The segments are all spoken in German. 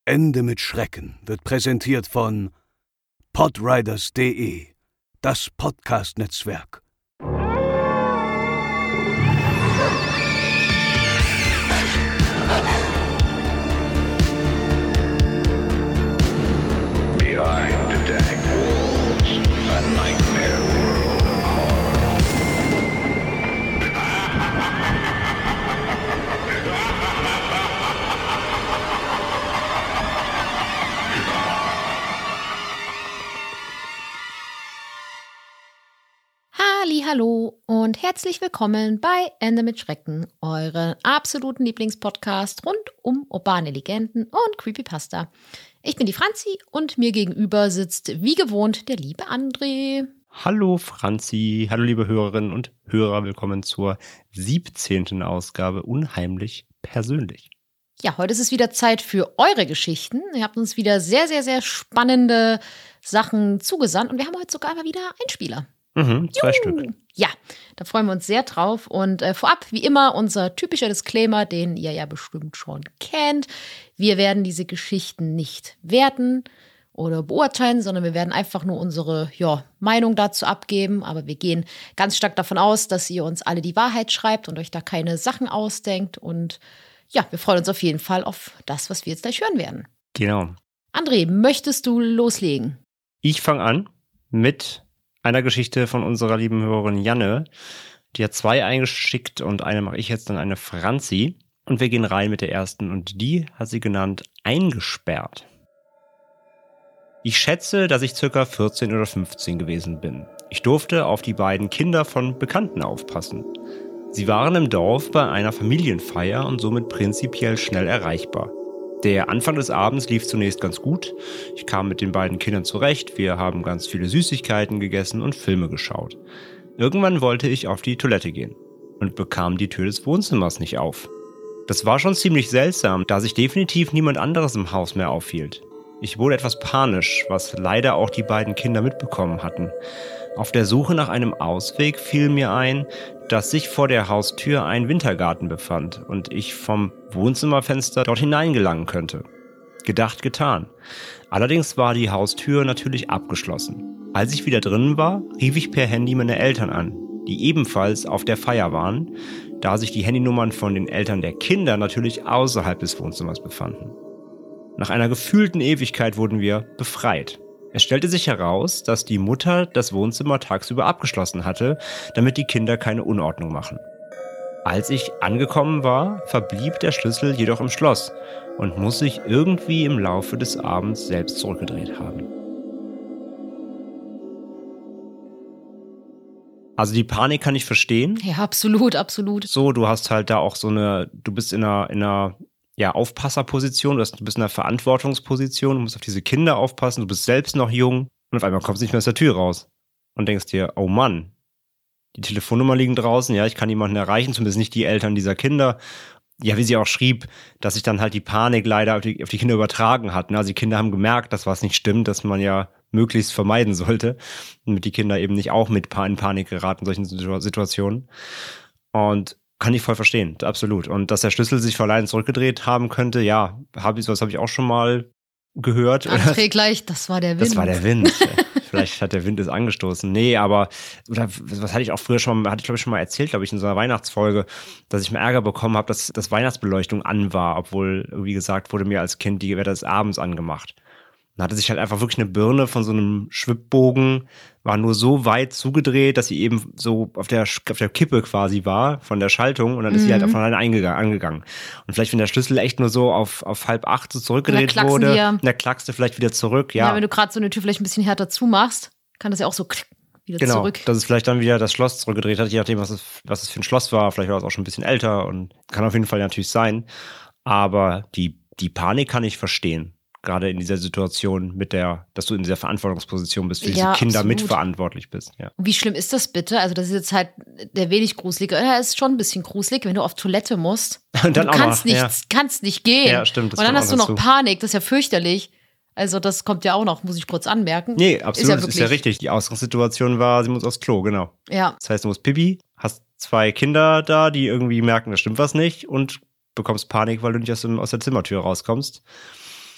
Ende mit Schrecken wird präsentiert von podriders.de, das Podcast-Netzwerk. Behind the dank walls, a nightmare world of horror. Hallo und herzlich willkommen bei Ende mit Schrecken, euren absoluten Lieblingspodcast rund um urbane Legenden und Creepypasta. Ich bin die Franzi und mir gegenüber sitzt wie gewohnt der liebe André. Hallo Franzi, hallo liebe Hörerinnen und Hörer, willkommen zur 17. Ausgabe Unheimlich Persönlich. Ja, heute ist es wieder Zeit für eure Geschichten. Ihr habt uns wieder sehr, sehr, sehr spannende Sachen zugesandt und wir haben heute sogar mal wieder Einspieler. 2 Stück. Ja, da freuen wir uns sehr drauf. Und vorab, wie immer, unser typischer Disclaimer, den ihr ja bestimmt schon kennt. Wir werden diese Geschichten nicht werten oder beurteilen, sondern wir werden einfach nur unsere Meinung dazu abgeben. Aber wir gehen ganz stark davon aus, dass ihr uns alle die Wahrheit schreibt und euch da keine Sachen ausdenkt. Und ja, wir freuen uns auf jeden Fall auf das, was wir jetzt gleich hören werden. Genau. André, möchtest du loslegen? Ich fange an mit einer Geschichte von unserer lieben Hörerin Janne. Die hat 2 eingeschickt und eine mache ich jetzt, dann eine Franzi. Und wir gehen rein mit der ersten und die hat sie genannt Eingesperrt. Ich schätze, dass ich circa 14 oder 15 gewesen bin. Ich durfte auf die beiden Kinder von Bekannten aufpassen. Sie waren im Dorf bei einer Familienfeier und somit prinzipiell schnell erreichbar. Der Anfang des Abends lief zunächst ganz gut. Ich kam mit den beiden Kindern zurecht, wir haben ganz viele Süßigkeiten gegessen und Filme geschaut. Irgendwann wollte ich auf die Toilette gehen und bekam die Tür des Wohnzimmers nicht auf. Das war schon ziemlich seltsam, da sich definitiv niemand anderes im Haus mehr aufhielt. Ich wurde etwas panisch, was leider auch die beiden Kinder mitbekommen hatten. Auf der Suche nach einem Ausweg fiel mir ein, dass sich vor der Haustür ein Wintergarten befand und ich vom Wohnzimmerfenster dort hineingelangen könnte. Gedacht, getan. Allerdings war die Haustür natürlich abgeschlossen. Als ich wieder drinnen war, rief ich per Handy meine Eltern an, die ebenfalls auf der Feier waren, da sich die Handynummern von den Eltern der Kinder natürlich außerhalb des Wohnzimmers befanden. Nach einer gefühlten Ewigkeit wurden wir befreit. Es stellte sich heraus, dass die Mutter das Wohnzimmer tagsüber abgeschlossen hatte, damit die Kinder keine Unordnung machen. Als ich angekommen war, verblieb der Schlüssel jedoch im Schloss und muss sich irgendwie im Laufe des Abends selbst zurückgedreht haben. Also die Panik kann ich verstehen. Ja, absolut, absolut. So, du hast halt da auch du bist in einer Aufpasserposition, du bist in einer Verantwortungsposition, du musst auf diese Kinder aufpassen, du bist selbst noch jung und auf einmal kommst du nicht mehr aus der Tür raus und denkst dir, oh Mann, die Telefonnummer liegen draußen, ja, ich kann niemanden erreichen, zumindest nicht die Eltern dieser Kinder. Ja, wie sie auch schrieb, dass sich dann halt die Panik leider auf die Kinder übertragen hat. Also die Kinder haben gemerkt, dass was nicht stimmt, dass man ja möglichst vermeiden sollte, damit die Kinder eben nicht auch mit in Panik geraten in solchen Situationen. Und kann ich voll verstehen, absolut. Und dass der Schlüssel sich vor allein zurückgedreht haben könnte, ja, sowas habe ich auch schon mal gehört. André gleich, das war der Wind. Das war der Wind. Vielleicht hat der Wind es angestoßen. Nee, aber, oder was hatte ich auch früher schon mal, hatte ich glaube ich schon mal erzählt, glaube ich, in so einer Weihnachtsfolge, dass ich mir Ärger bekommen habe, dass das Weihnachtsbeleuchtung an war, obwohl, wie gesagt, wurde mir als Kind die wird des Abends angemacht. Dann hatte sich halt einfach wirklich eine Birne von so einem Schwibbogen, war nur so weit zugedreht, dass sie eben so auf der Kippe quasi war, von der Schaltung, und dann ist sie halt von alleine angegangen. Und vielleicht, wenn der Schlüssel echt nur so auf 7:30 so zurückgedreht wurde, dann klackste vielleicht wieder zurück, ja. Ja, wenn du gerade so eine Tür vielleicht ein bisschen härter zumachst, kann das ja auch so wieder zurück. Genau, dass es vielleicht dann wieder das Schloss zurückgedreht hat, je nachdem, was es für ein Schloss war. Vielleicht war es auch schon ein bisschen älter und kann auf jeden Fall natürlich sein. Aber die Panik kann ich verstehen. Gerade in dieser Situation dass du in dieser Verantwortungsposition bist, für diese Kinder absolut mitverantwortlich bist. Ja. Wie schlimm ist das bitte? Also das ist jetzt halt der wenig gruselige. Ja, ist schon ein bisschen gruselig, wenn du auf Toilette musst. Und dann du kannst nicht gehen. Ja, stimmt. Und dann hast du noch Panik, das ist ja fürchterlich. Also das kommt ja auch noch, muss ich kurz anmerken. Nee, absolut, ist ja richtig. Die Ausgangssituation war, sie muss aufs Klo, genau. Ja. Das heißt, du musst Pipi, hast 2 Kinder da, die irgendwie merken, da stimmt was nicht und bekommst Panik, weil du nicht aus der Zimmertür rauskommst.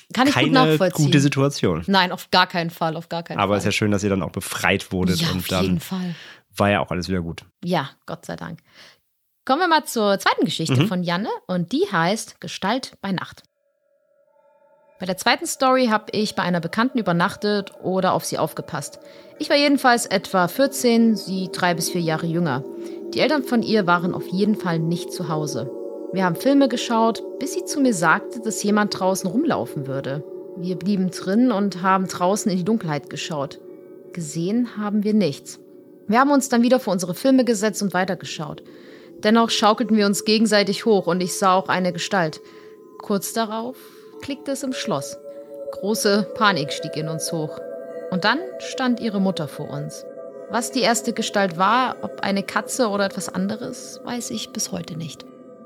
Kann ich gut keine nachvollziehen. gute Situation. Nein, auf gar keinen Fall, auf gar keinen Fall. Aber es ist ja schön, dass ihr dann auch befreit wurdet. Ja, und auf dann jeden Fall. war ja auch alles wieder gut. Ja, Gott sei Dank. Kommen wir mal zur zweiten Geschichte von Janne und die heißt Gestalt bei Nacht. Bei der zweiten Story habe ich bei einer Bekannten übernachtet oder auf sie aufgepasst. Ich war jedenfalls etwa 14, sie 3 bis 4 Jahre jünger. Die Eltern von ihr waren auf jeden Fall nicht zu Hause. Wir haben Filme geschaut, bis sie zu mir sagte, dass jemand draußen rumlaufen würde. Wir blieben drin und haben draußen in die Dunkelheit geschaut. Gesehen haben wir nichts. Wir haben uns dann wieder vor unsere Filme gesetzt und weitergeschaut. Dennoch schaukelten wir uns gegenseitig hoch und ich sah auch eine Gestalt. Kurz darauf klickte es im Schloss. Große Panik stieg in uns hoch. Und dann stand ihre Mutter vor uns. Was die erste Gestalt war, ob eine Katze oder etwas anderes, weiß ich bis heute nicht.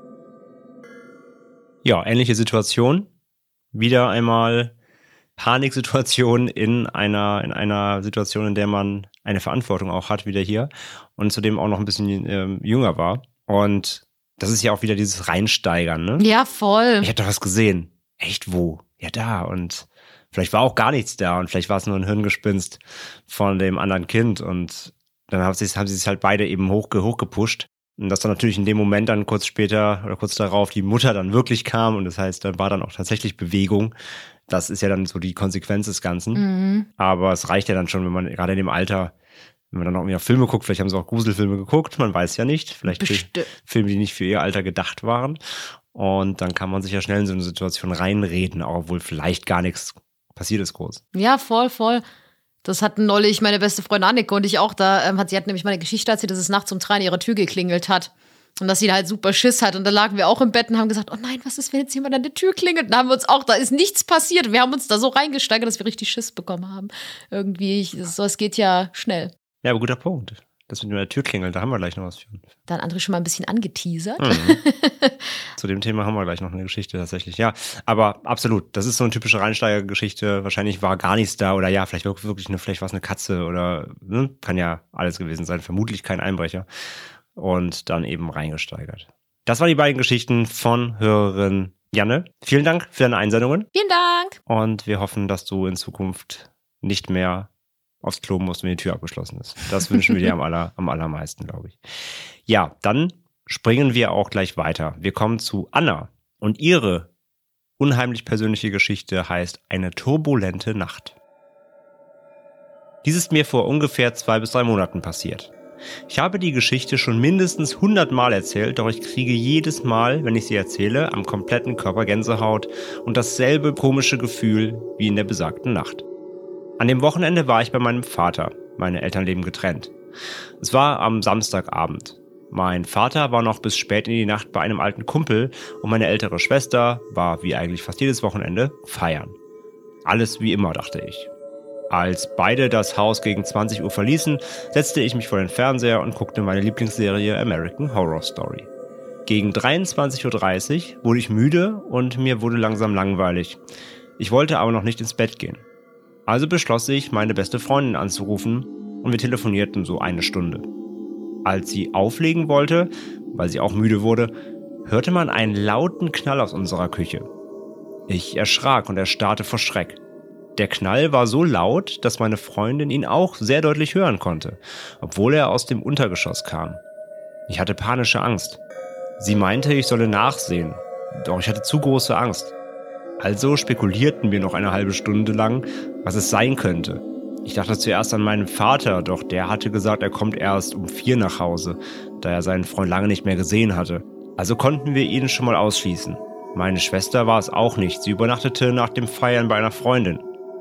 Ja, ähnliche Situation. Wieder einmal Paniksituation in einer Situation, in der man eine Verantwortung auch hat, wieder hier. Und zudem auch noch ein bisschen jünger war. Und das ist ja auch wieder dieses Reinsteigern, ne? Ja, voll. Ich hab doch was gesehen. Echt, wo? Ja, da. Und vielleicht war auch gar nichts da und vielleicht war es nur ein Hirngespinst von dem anderen Kind. Und dann haben sie es halt beide eben hochgepusht. Und dass dann natürlich in dem Moment dann kurz später oder kurz darauf die Mutter dann wirklich kam. Und das heißt, dann war dann auch tatsächlich Bewegung. Das ist ja dann so die Konsequenz des Ganzen. Aber es reicht ja dann schon, wenn man gerade in dem Alter, wenn man dann auch wieder Filme guckt, vielleicht haben sie auch Gruselfilme geguckt, man weiß ja nicht. Vielleicht Filme, die nicht für ihr Alter gedacht waren. Und dann kann man sich ja schnell in so eine Situation reinreden, auch obwohl vielleicht gar nichts passiert ist groß. Ja, voll. Das hatten neulich meine beste Freundin Anneke und ich auch. Sie hat nämlich mal eine Geschichte erzählt, dass es nachts um 3 an ihrer Tür geklingelt hat. Und dass sie halt super Schiss hat. Und da lagen wir auch im Bett und haben gesagt, oh nein, was ist, wenn jetzt jemand an der Tür klingelt? Und da haben wir uns auch, da ist nichts passiert. Wir haben uns da so reingesteigert, dass wir richtig Schiss bekommen haben. Irgendwie, es geht ja schnell. Ja, aber guter Punkt. Das mit der Tür klingelt, da haben wir gleich noch was für. Dann André schon mal ein bisschen angeteasert. Zu dem Thema haben wir gleich noch eine Geschichte tatsächlich. Ja, aber absolut. Das ist so eine typische Reinsteigergeschichte. Wahrscheinlich war gar nichts da oder ja, vielleicht wirklich vielleicht war es eine Katze oder kann ja alles gewesen sein. Vermutlich kein Einbrecher. Und dann eben reingesteigert. Das waren die beiden Geschichten von Hörerin Janne. Vielen Dank für deine Einsendungen. Vielen Dank. Und wir hoffen, dass du in Zukunft nicht mehr aufs Klo musst, wenn die Tür abgeschlossen ist. Das wünschen wir dir am allermeisten, glaube ich. Ja, dann springen wir auch gleich weiter. Wir kommen zu Anna. Und ihre unheimlich persönliche Geschichte heißt Eine turbulente Nacht. Dies ist mir vor ungefähr 2 bis 3 Monaten passiert. Ich habe die Geschichte schon mindestens 100 Mal erzählt, doch ich kriege jedes Mal, wenn ich sie erzähle, am kompletten Körper Gänsehaut und dasselbe komische Gefühl wie in der besagten Nacht. An dem Wochenende war ich bei meinem Vater. Meine Eltern leben getrennt. Es war am Samstagabend. Mein Vater war noch bis spät in die Nacht bei einem alten Kumpel und meine ältere Schwester war, wie eigentlich fast jedes Wochenende, feiern. Alles wie immer, dachte ich. Als beide das Haus gegen 20 Uhr verließen, setzte ich mich vor den Fernseher und guckte meine Lieblingsserie American Horror Story. Gegen 23:30 Uhr wurde ich müde und mir wurde langsam langweilig. Ich wollte aber noch nicht ins Bett gehen. Also beschloss ich, meine beste Freundin anzurufen und wir telefonierten so 1 Stunde. Als sie auflegen wollte, weil sie auch müde wurde, hörte man einen lauten Knall aus unserer Küche. Ich erschrak und erstarrte vor Schreck. Der Knall war so laut, dass meine Freundin ihn auch sehr deutlich hören konnte, obwohl er aus dem Untergeschoss kam. Ich hatte panische Angst. Sie meinte, ich solle nachsehen, doch ich hatte zu große Angst. Also spekulierten wir noch eine halbe Stunde lang, was es sein könnte. Ich dachte zuerst an meinen Vater, doch der hatte gesagt, er kommt erst um 4 nach Hause, da er seinen Freund lange nicht mehr gesehen hatte. Also konnten wir ihn schon mal ausschließen. Meine Schwester war es auch nicht, sie übernachtete nach dem Feiern bei einer Freundin.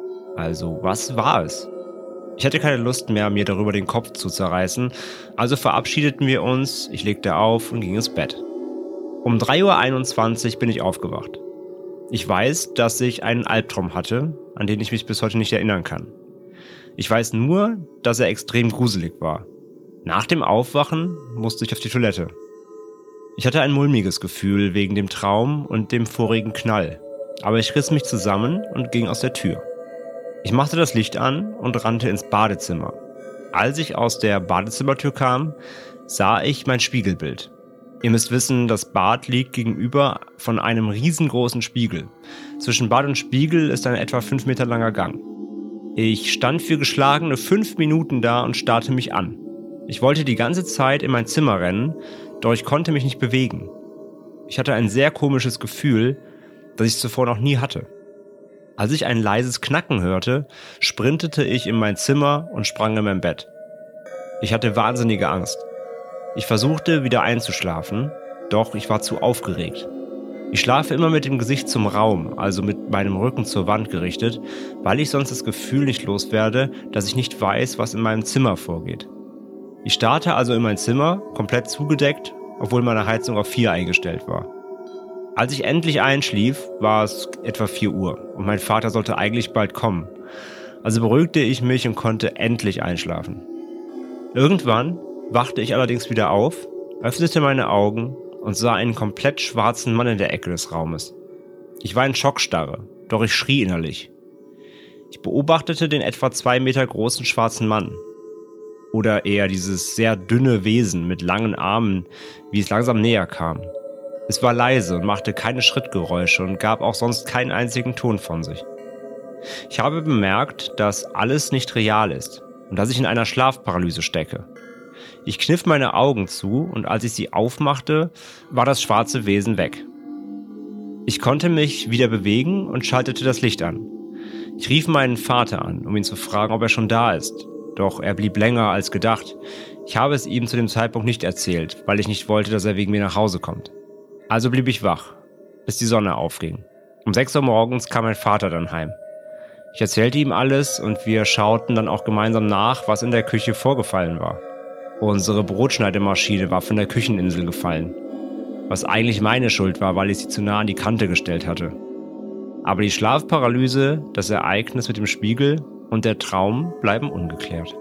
Also, was war es? Ich hatte keine Lust mehr, mir darüber den Kopf zu zerreißen, also verabschiedeten wir uns, ich legte auf und ging ins Bett. Um 3:21 Uhr bin ich aufgewacht. Ich weiß, dass ich einen Albtraum hatte, an den ich mich bis heute nicht erinnern kann. Ich weiß nur, dass er extrem gruselig war. Nach dem Aufwachen musste ich auf die Toilette. Ich hatte ein mulmiges Gefühl wegen dem Traum und dem vorigen Knall, aber ich riss mich zusammen und ging aus der Tür. Ich machte das Licht an und rannte ins Badezimmer. Als ich aus der Badezimmertür kam, sah ich mein Spiegelbild. Ihr müsst wissen, das Bad liegt gegenüber von einem riesengroßen Spiegel. Zwischen Bad und Spiegel ist ein etwa 5 Meter langer Gang. Ich stand für geschlagene 5 Minuten da und starrte mich an. Ich wollte die ganze Zeit in mein Zimmer rennen, doch ich konnte mich nicht bewegen. Ich hatte ein sehr komisches Gefühl, das ich zuvor noch nie hatte. Als ich ein leises Knacken hörte, sprintete ich in mein Zimmer und sprang in mein Bett. Ich hatte wahnsinnige Angst. Ich versuchte wieder einzuschlafen, doch ich war zu aufgeregt. Ich schlafe immer mit dem Gesicht zum Raum, also mit meinem Rücken zur Wand gerichtet, weil ich sonst das Gefühl nicht loswerde, dass ich nicht weiß, was in meinem Zimmer vorgeht. Ich starrte also in mein Zimmer, komplett zugedeckt, obwohl meine Heizung auf 4 eingestellt war. Als ich endlich einschlief, war es etwa 4 Uhr und mein Vater sollte eigentlich bald kommen. Also beruhigte ich mich und konnte endlich einschlafen. Irgendwann wachte ich allerdings wieder auf, öffnete meine Augen und sah einen komplett schwarzen Mann in der Ecke des Raumes. Ich war in Schockstarre, doch ich schrie innerlich. Ich beobachtete den etwa 2 Meter großen schwarzen Mann. Oder eher dieses sehr dünne Wesen mit langen Armen, wie es langsam näher kam. Es war leise und machte keine Schrittgeräusche und gab auch sonst keinen einzigen Ton von sich. Ich habe bemerkt, dass alles nicht real ist und dass ich in einer Schlafparalyse stecke. Ich kniff meine Augen zu und als ich sie aufmachte, war das schwarze Wesen weg. Ich konnte mich wieder bewegen und schaltete das Licht an. Ich rief meinen Vater an, um ihn zu fragen, ob er schon da ist. Doch er blieb länger als gedacht. Ich habe es ihm zu dem Zeitpunkt nicht erzählt, weil ich nicht wollte, dass er wegen mir nach Hause kommt. Also blieb ich wach, bis die Sonne aufging. Um 6 Uhr morgens kam mein Vater dann heim. Ich erzählte ihm alles und wir schauten dann auch gemeinsam nach, was in der Küche vorgefallen war. Unsere Brotschneidemaschine war von der Kücheninsel gefallen, was eigentlich meine Schuld war, weil ich sie zu nah an die Kante gestellt hatte. Aber die Schlafparalyse, das Ereignis mit dem Spiegel und der Traum bleiben ungeklärt.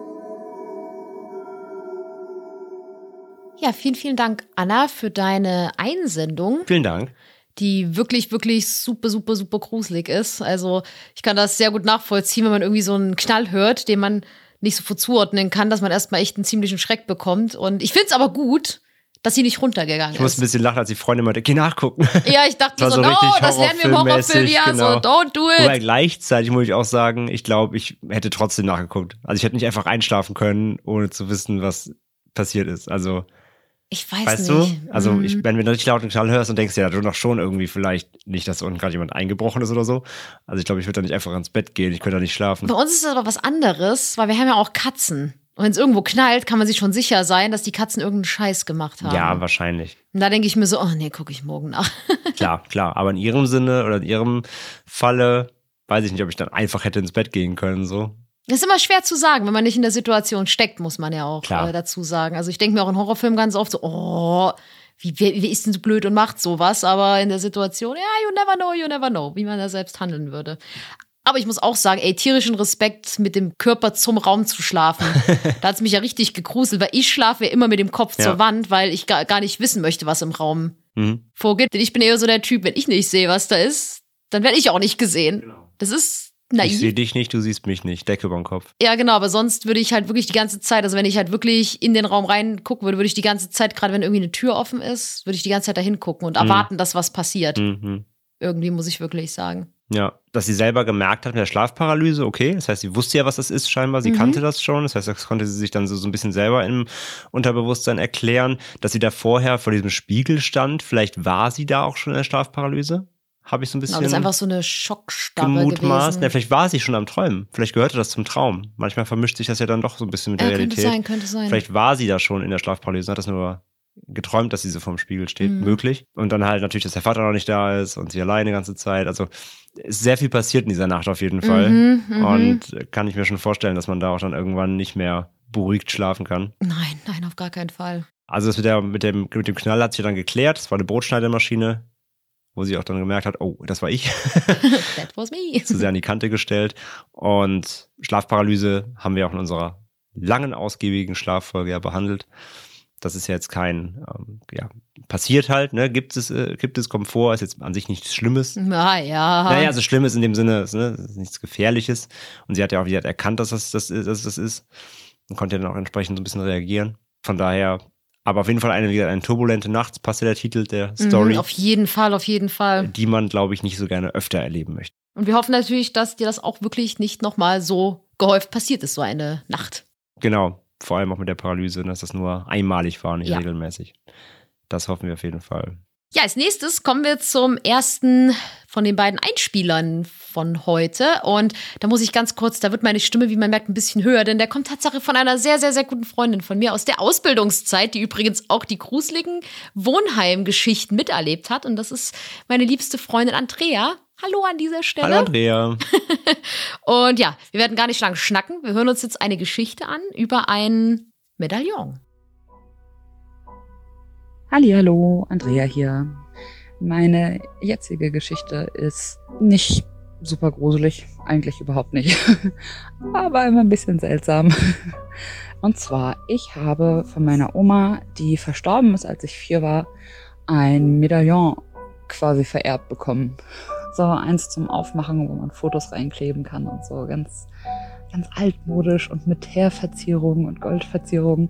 Ja, vielen, vielen Dank, Anna, für deine Einsendung. Vielen Dank. Die wirklich, wirklich super, super, super gruselig ist. Also ich kann das sehr gut nachvollziehen, wenn man irgendwie so einen Knall hört, den man nicht sofort zuordnen kann, dass man erstmal echt einen ziemlichen Schreck bekommt. Und ich finde es aber gut, dass sie nicht runtergegangen ist. Ich musste ein bisschen lachen, als die Freundin meinte, geh nachgucken. Ja, ich dachte so, no, das lernen wir im Horrorfilm, ja, genau. So, don't do it. Aber gleichzeitig muss ich auch sagen, ich glaube, ich hätte trotzdem nachgeguckt. Also ich hätte nicht einfach einschlafen können, ohne zu wissen, was passiert ist. Also ich weiß weißt nicht. Du? Also wenn du richtig laut einen Knall hörst und denkst, ja, du doch schon irgendwie vielleicht nicht, dass unten gerade jemand eingebrochen ist oder so. Also ich glaube, ich würde da nicht einfach ins Bett gehen, ich könnte da nicht schlafen. Bei uns ist es aber was anderes, weil wir haben ja auch Katzen. Und wenn es irgendwo knallt, kann man sich schon sicher sein, dass die Katzen irgendeinen Scheiß gemacht haben. Ja, wahrscheinlich. Und da denke ich mir so, oh nee, gucke ich morgen nach. Klar. Aber in ihrem Sinne oder in ihrem Falle weiß ich nicht, ob ich dann einfach hätte ins Bett gehen können, so. Das ist immer schwer zu sagen, wenn man nicht in der Situation steckt, muss man ja auch dazu sagen. Also ich denke mir auch in Horrorfilmen ganz oft so, oh, wie ist denn so blöd und macht sowas? Aber in der Situation, ja, you never know, wie man da selbst handeln würde. Aber ich muss auch sagen, tierischen Respekt, mit dem Körper zum Raum zu schlafen. Da hat es mich ja richtig gegruselt, weil ich schlafe ja immer mit dem Kopf zur Wand, weil ich gar nicht wissen möchte, was im Raum vorgeht. Denn ich bin eher so der Typ, wenn ich nicht sehe, was da ist, dann werde ich auch nicht gesehen. Genau. Das ist naiv. Ich sehe dich nicht, du siehst mich nicht. Decke über den Kopf. Ja, genau, aber sonst würde ich halt wirklich die ganze Zeit, also wenn ich halt wirklich in den Raum reingucken würde, würde ich die ganze Zeit, gerade wenn irgendwie eine Tür offen ist, würde ich die ganze Zeit da hingucken und erwarten, dass was passiert. Irgendwie, muss ich wirklich sagen. Ja, dass sie selber gemerkt hat mit der Schlafparalyse, okay. Das heißt, sie wusste ja, was das ist scheinbar. Sie kannte das schon. Das heißt, das konnte sie sich dann so ein bisschen selber im Unterbewusstsein erklären, dass sie da vorher vor diesem Spiegel stand. Vielleicht war sie da auch schon in der Schlafparalyse. Habe ich so ein bisschen das ist einfach so eine Schockstarre gemutmaßt. gewesen. Ja, vielleicht war sie schon am Träumen. Vielleicht gehörte das zum Traum. Manchmal vermischt sich das ja dann doch so ein bisschen mit der Realität. Könnte sein. Vielleicht war sie da schon in der Schlafparalyse, hat das nur geträumt, dass sie so vorm Spiegel steht. Möglich. Und dann halt natürlich, dass der Vater noch nicht da ist und sie alleine die ganze Zeit. Also ist sehr viel passiert in dieser Nacht auf jeden Fall. Und kann ich mir schon vorstellen, dass man da auch dann irgendwann nicht mehr beruhigt schlafen kann. Nein, auf gar keinen Fall. Also das mit dem Knall hat sich dann geklärt. Das war eine Brotschneidemaschine, wo sie auch dann gemerkt hat, oh, das war ich. That was me. Zu sehr an die Kante gestellt. Und Schlafparalyse haben wir auch in unserer langen, ausgiebigen Schlaffolge ja behandelt. Das ist ja jetzt kein, passiert halt, ne? Gibt es Komfort, ist jetzt an sich nichts Schlimmes. Naja. Naja, also Schlimmes in dem Sinne, ist nichts Gefährliches. Und sie hat ja auch wieder erkannt, dass das ist und konnte ja dann auch entsprechend so ein bisschen reagieren. Von daher Aber auf jeden Fall eine turbulente Nacht, passt ja der Titel der Story. Auf jeden Fall. Die man, glaube ich, nicht so gerne öfter erleben möchte. Und wir hoffen natürlich, dass dir das auch wirklich nicht nochmal so gehäuft passiert ist, so eine Nacht. Genau, vor allem auch mit der Paralyse, dass das nur einmalig war, nicht regelmäßig. Das hoffen wir auf jeden Fall. Ja, als nächstes kommen wir zum ersten von den beiden Einspielern von heute. Und da muss ich ganz kurz, da wird meine Stimme, wie man merkt, ein bisschen höher, denn der kommt Tatsache von einer sehr, sehr, sehr guten Freundin von mir aus der Ausbildungszeit, die übrigens auch die gruseligen Wohnheimgeschichten miterlebt hat. Und das ist meine liebste Freundin Andrea. Hallo an dieser Stelle. Hallo Andrea. Und ja, wir werden gar nicht lang schnacken. Wir hören uns jetzt eine Geschichte an über ein Medaillon. Hallihallo, Andrea hier. Meine jetzige Geschichte ist nicht super gruselig, eigentlich überhaupt nicht, aber immer ein bisschen seltsam. Und zwar, ich habe von meiner Oma, die verstorben ist, als ich 4 war, ein Medaillon quasi vererbt bekommen. So eins zum Aufmachen, wo man Fotos reinkleben kann und so, ganz, ganz altmodisch und mit Teerverzierungen und Goldverzierungen.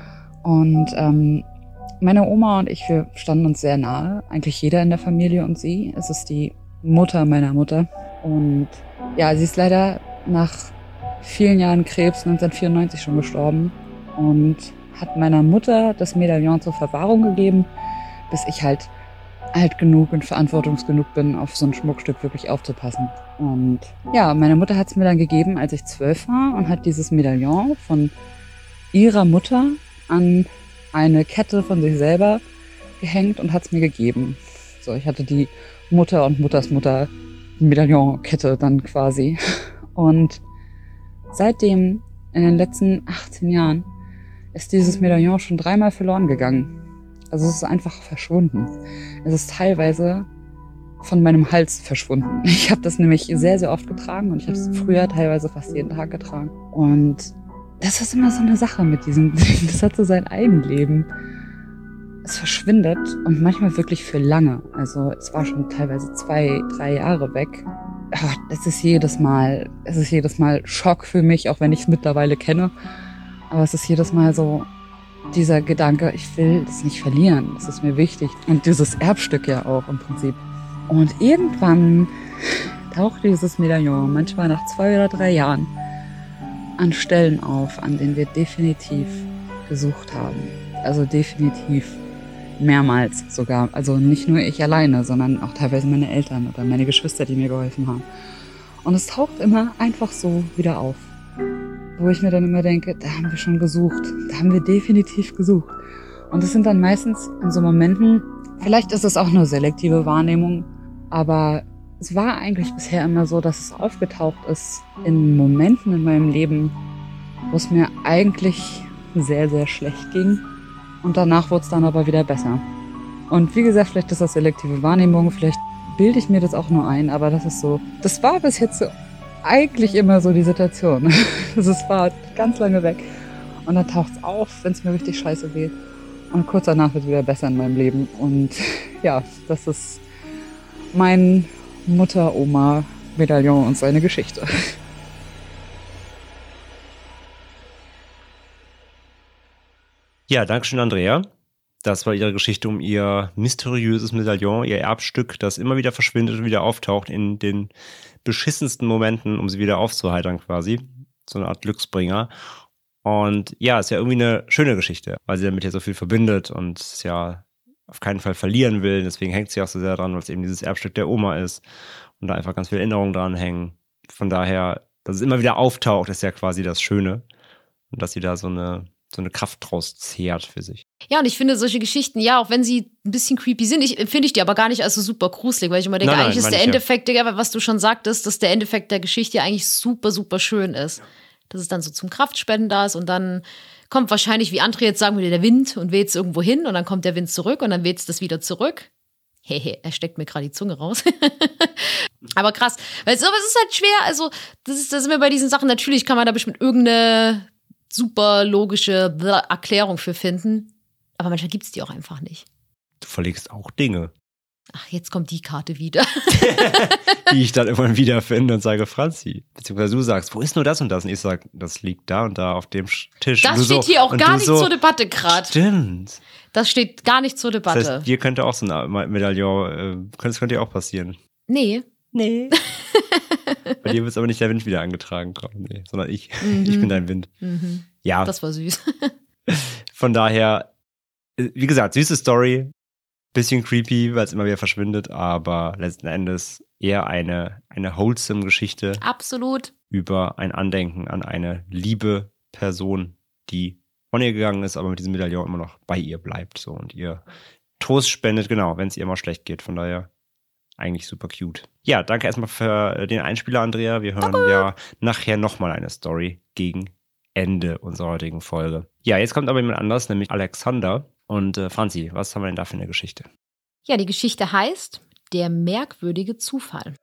Und meine Oma und ich, wir standen uns sehr nahe. Eigentlich jeder in der Familie und sie. Es ist die Mutter meiner Mutter. Und ja, sie ist leider nach vielen Jahren Krebs 1994 schon gestorben. Und hat meiner Mutter das Medaillon zur Verwahrung gegeben, bis ich halt alt genug und verantwortungsgenug bin, auf so ein Schmuckstück wirklich aufzupassen. Und ja, meine Mutter hat es mir dann gegeben, als ich 12 war und hat dieses Medaillon von ihrer Mutter an eine Kette von sich selber gehängt und hat es mir gegeben. So, ich hatte die Mutter und Mutters Mutter Medaillonkette dann quasi. Und seitdem, in den letzten 18 Jahren, ist dieses Medaillon schon 3-mal verloren gegangen. Also es ist einfach verschwunden. Es ist teilweise von meinem Hals verschwunden. Ich habe das nämlich sehr, sehr oft getragen und ich habe es früher teilweise fast jeden Tag getragen. Und das ist immer so eine Sache mit diesem Ding. Das hat so sein Eigenleben. Es verschwindet und manchmal wirklich für lange. Also es war schon teilweise 2-3 Jahre weg. Aber es ist jedes Mal Schock für mich, auch wenn ich es mittlerweile kenne. Aber es ist jedes Mal so dieser Gedanke, ich will das nicht verlieren. Das ist mir wichtig. Und dieses Erbstück ja auch im Prinzip. Und irgendwann taucht dieses Medaillon, manchmal nach 2 oder 3 Jahren, an Stellen auf, an denen wir definitiv gesucht haben. Also definitiv mehrmals sogar. Also nicht nur ich alleine, sondern auch teilweise meine Eltern oder meine Geschwister, die mir geholfen haben. Und es taucht immer einfach so wieder auf. Wo ich mir dann immer denke, da haben wir schon gesucht. Da haben wir definitiv gesucht. Und es sind dann meistens in so Momenten, vielleicht ist es auch nur selektive Wahrnehmung, aber es war eigentlich bisher immer so, dass es aufgetaucht ist in Momenten in meinem Leben, wo es mir eigentlich sehr, sehr schlecht ging. Und danach wurde es dann aber wieder besser. Und wie gesagt, vielleicht ist das selektive Wahrnehmung, vielleicht bilde ich mir das auch nur ein, aber das ist so, das war bis jetzt so eigentlich immer so die Situation. Es war ganz lange weg. Und dann taucht es auf, wenn es mir richtig scheiße geht. Und kurz danach wird es wieder besser in meinem Leben. Und ja, das ist mein Mutter-Oma-Medaillon und seine Geschichte. Ja, danke schön, Andrea. Das war ihre Geschichte um ihr mysteriöses Medaillon, ihr Erbstück, das immer wieder verschwindet und wieder auftaucht in den beschissensten Momenten, um sie wieder aufzuheitern quasi. So eine Art Glücksbringer. Und ja, ist ja irgendwie eine schöne Geschichte, weil sie damit ja so viel verbindet und es ja auf keinen Fall verlieren will. Deswegen hängt sie auch so sehr dran, weil es eben dieses Erbstück der Oma ist und da einfach ganz viele Erinnerungen dran hängen. Von daher, dass es immer wieder auftaucht, ist ja quasi das Schöne. Und dass sie da so eine Kraft draus zehrt für sich. Ja, und ich finde solche Geschichten, ja, auch wenn sie ein bisschen creepy sind, finde ich die aber gar nicht als so super gruselig, weil ich immer denke, eigentlich ist der Endeffekt, Digga, was du schon sagtest, dass der Endeffekt der Geschichte ja eigentlich super, super schön ist. Dass es dann so zum Kraftspenden da ist und dann kommt wahrscheinlich, wie André jetzt sagen würde, der Wind und weht es irgendwo hin und dann kommt der Wind zurück und dann weht es das wieder zurück. Hehe, er steckt mir gerade die Zunge raus. Aber krass, weil es ist halt schwer, also das sind wir bei diesen Sachen, natürlich kann man da bestimmt irgendeine super logische Erklärung für finden, aber manchmal gibt es die auch einfach nicht. Du verlegst auch Dinge. Ach, jetzt kommt die Karte wieder. Die ich dann irgendwann wiederfinde und sage, Franzi, beziehungsweise du sagst, wo ist nur das und das? Und ich sage, das liegt da und da auf dem Tisch. Das steht hier auch gar nicht zur Debatte gerade. Stimmt. Das steht gar nicht zur Debatte. Das heißt, dir könnte auch so ein Medaillon, das könnte ja auch passieren. Nee. Bei dir wird aber nicht der Wind wieder angetragen kommen, nee, sondern ich. Ich bin dein Wind. Ja. Das war süß. Von daher, wie gesagt, süße Story. Bisschen creepy, weil es immer wieder verschwindet, aber letzten Endes eher eine wholesome Geschichte. Absolut. Über ein Andenken an eine liebe Person, die von ihr gegangen ist, aber mit diesem Medaillon immer noch bei ihr bleibt so und ihr Trost spendet, genau, wenn es ihr mal schlecht geht. Von daher eigentlich super cute. Ja, danke erstmal für den Einspieler, Andrea. Wir hören ja nachher nochmal eine Story gegen Ende unserer heutigen Folge. Ja, jetzt kommt aber jemand anders, nämlich Alexander. Und Franzi, was haben wir denn da für eine Geschichte? Ja, die Geschichte heißt Der merkwürdige Zufall.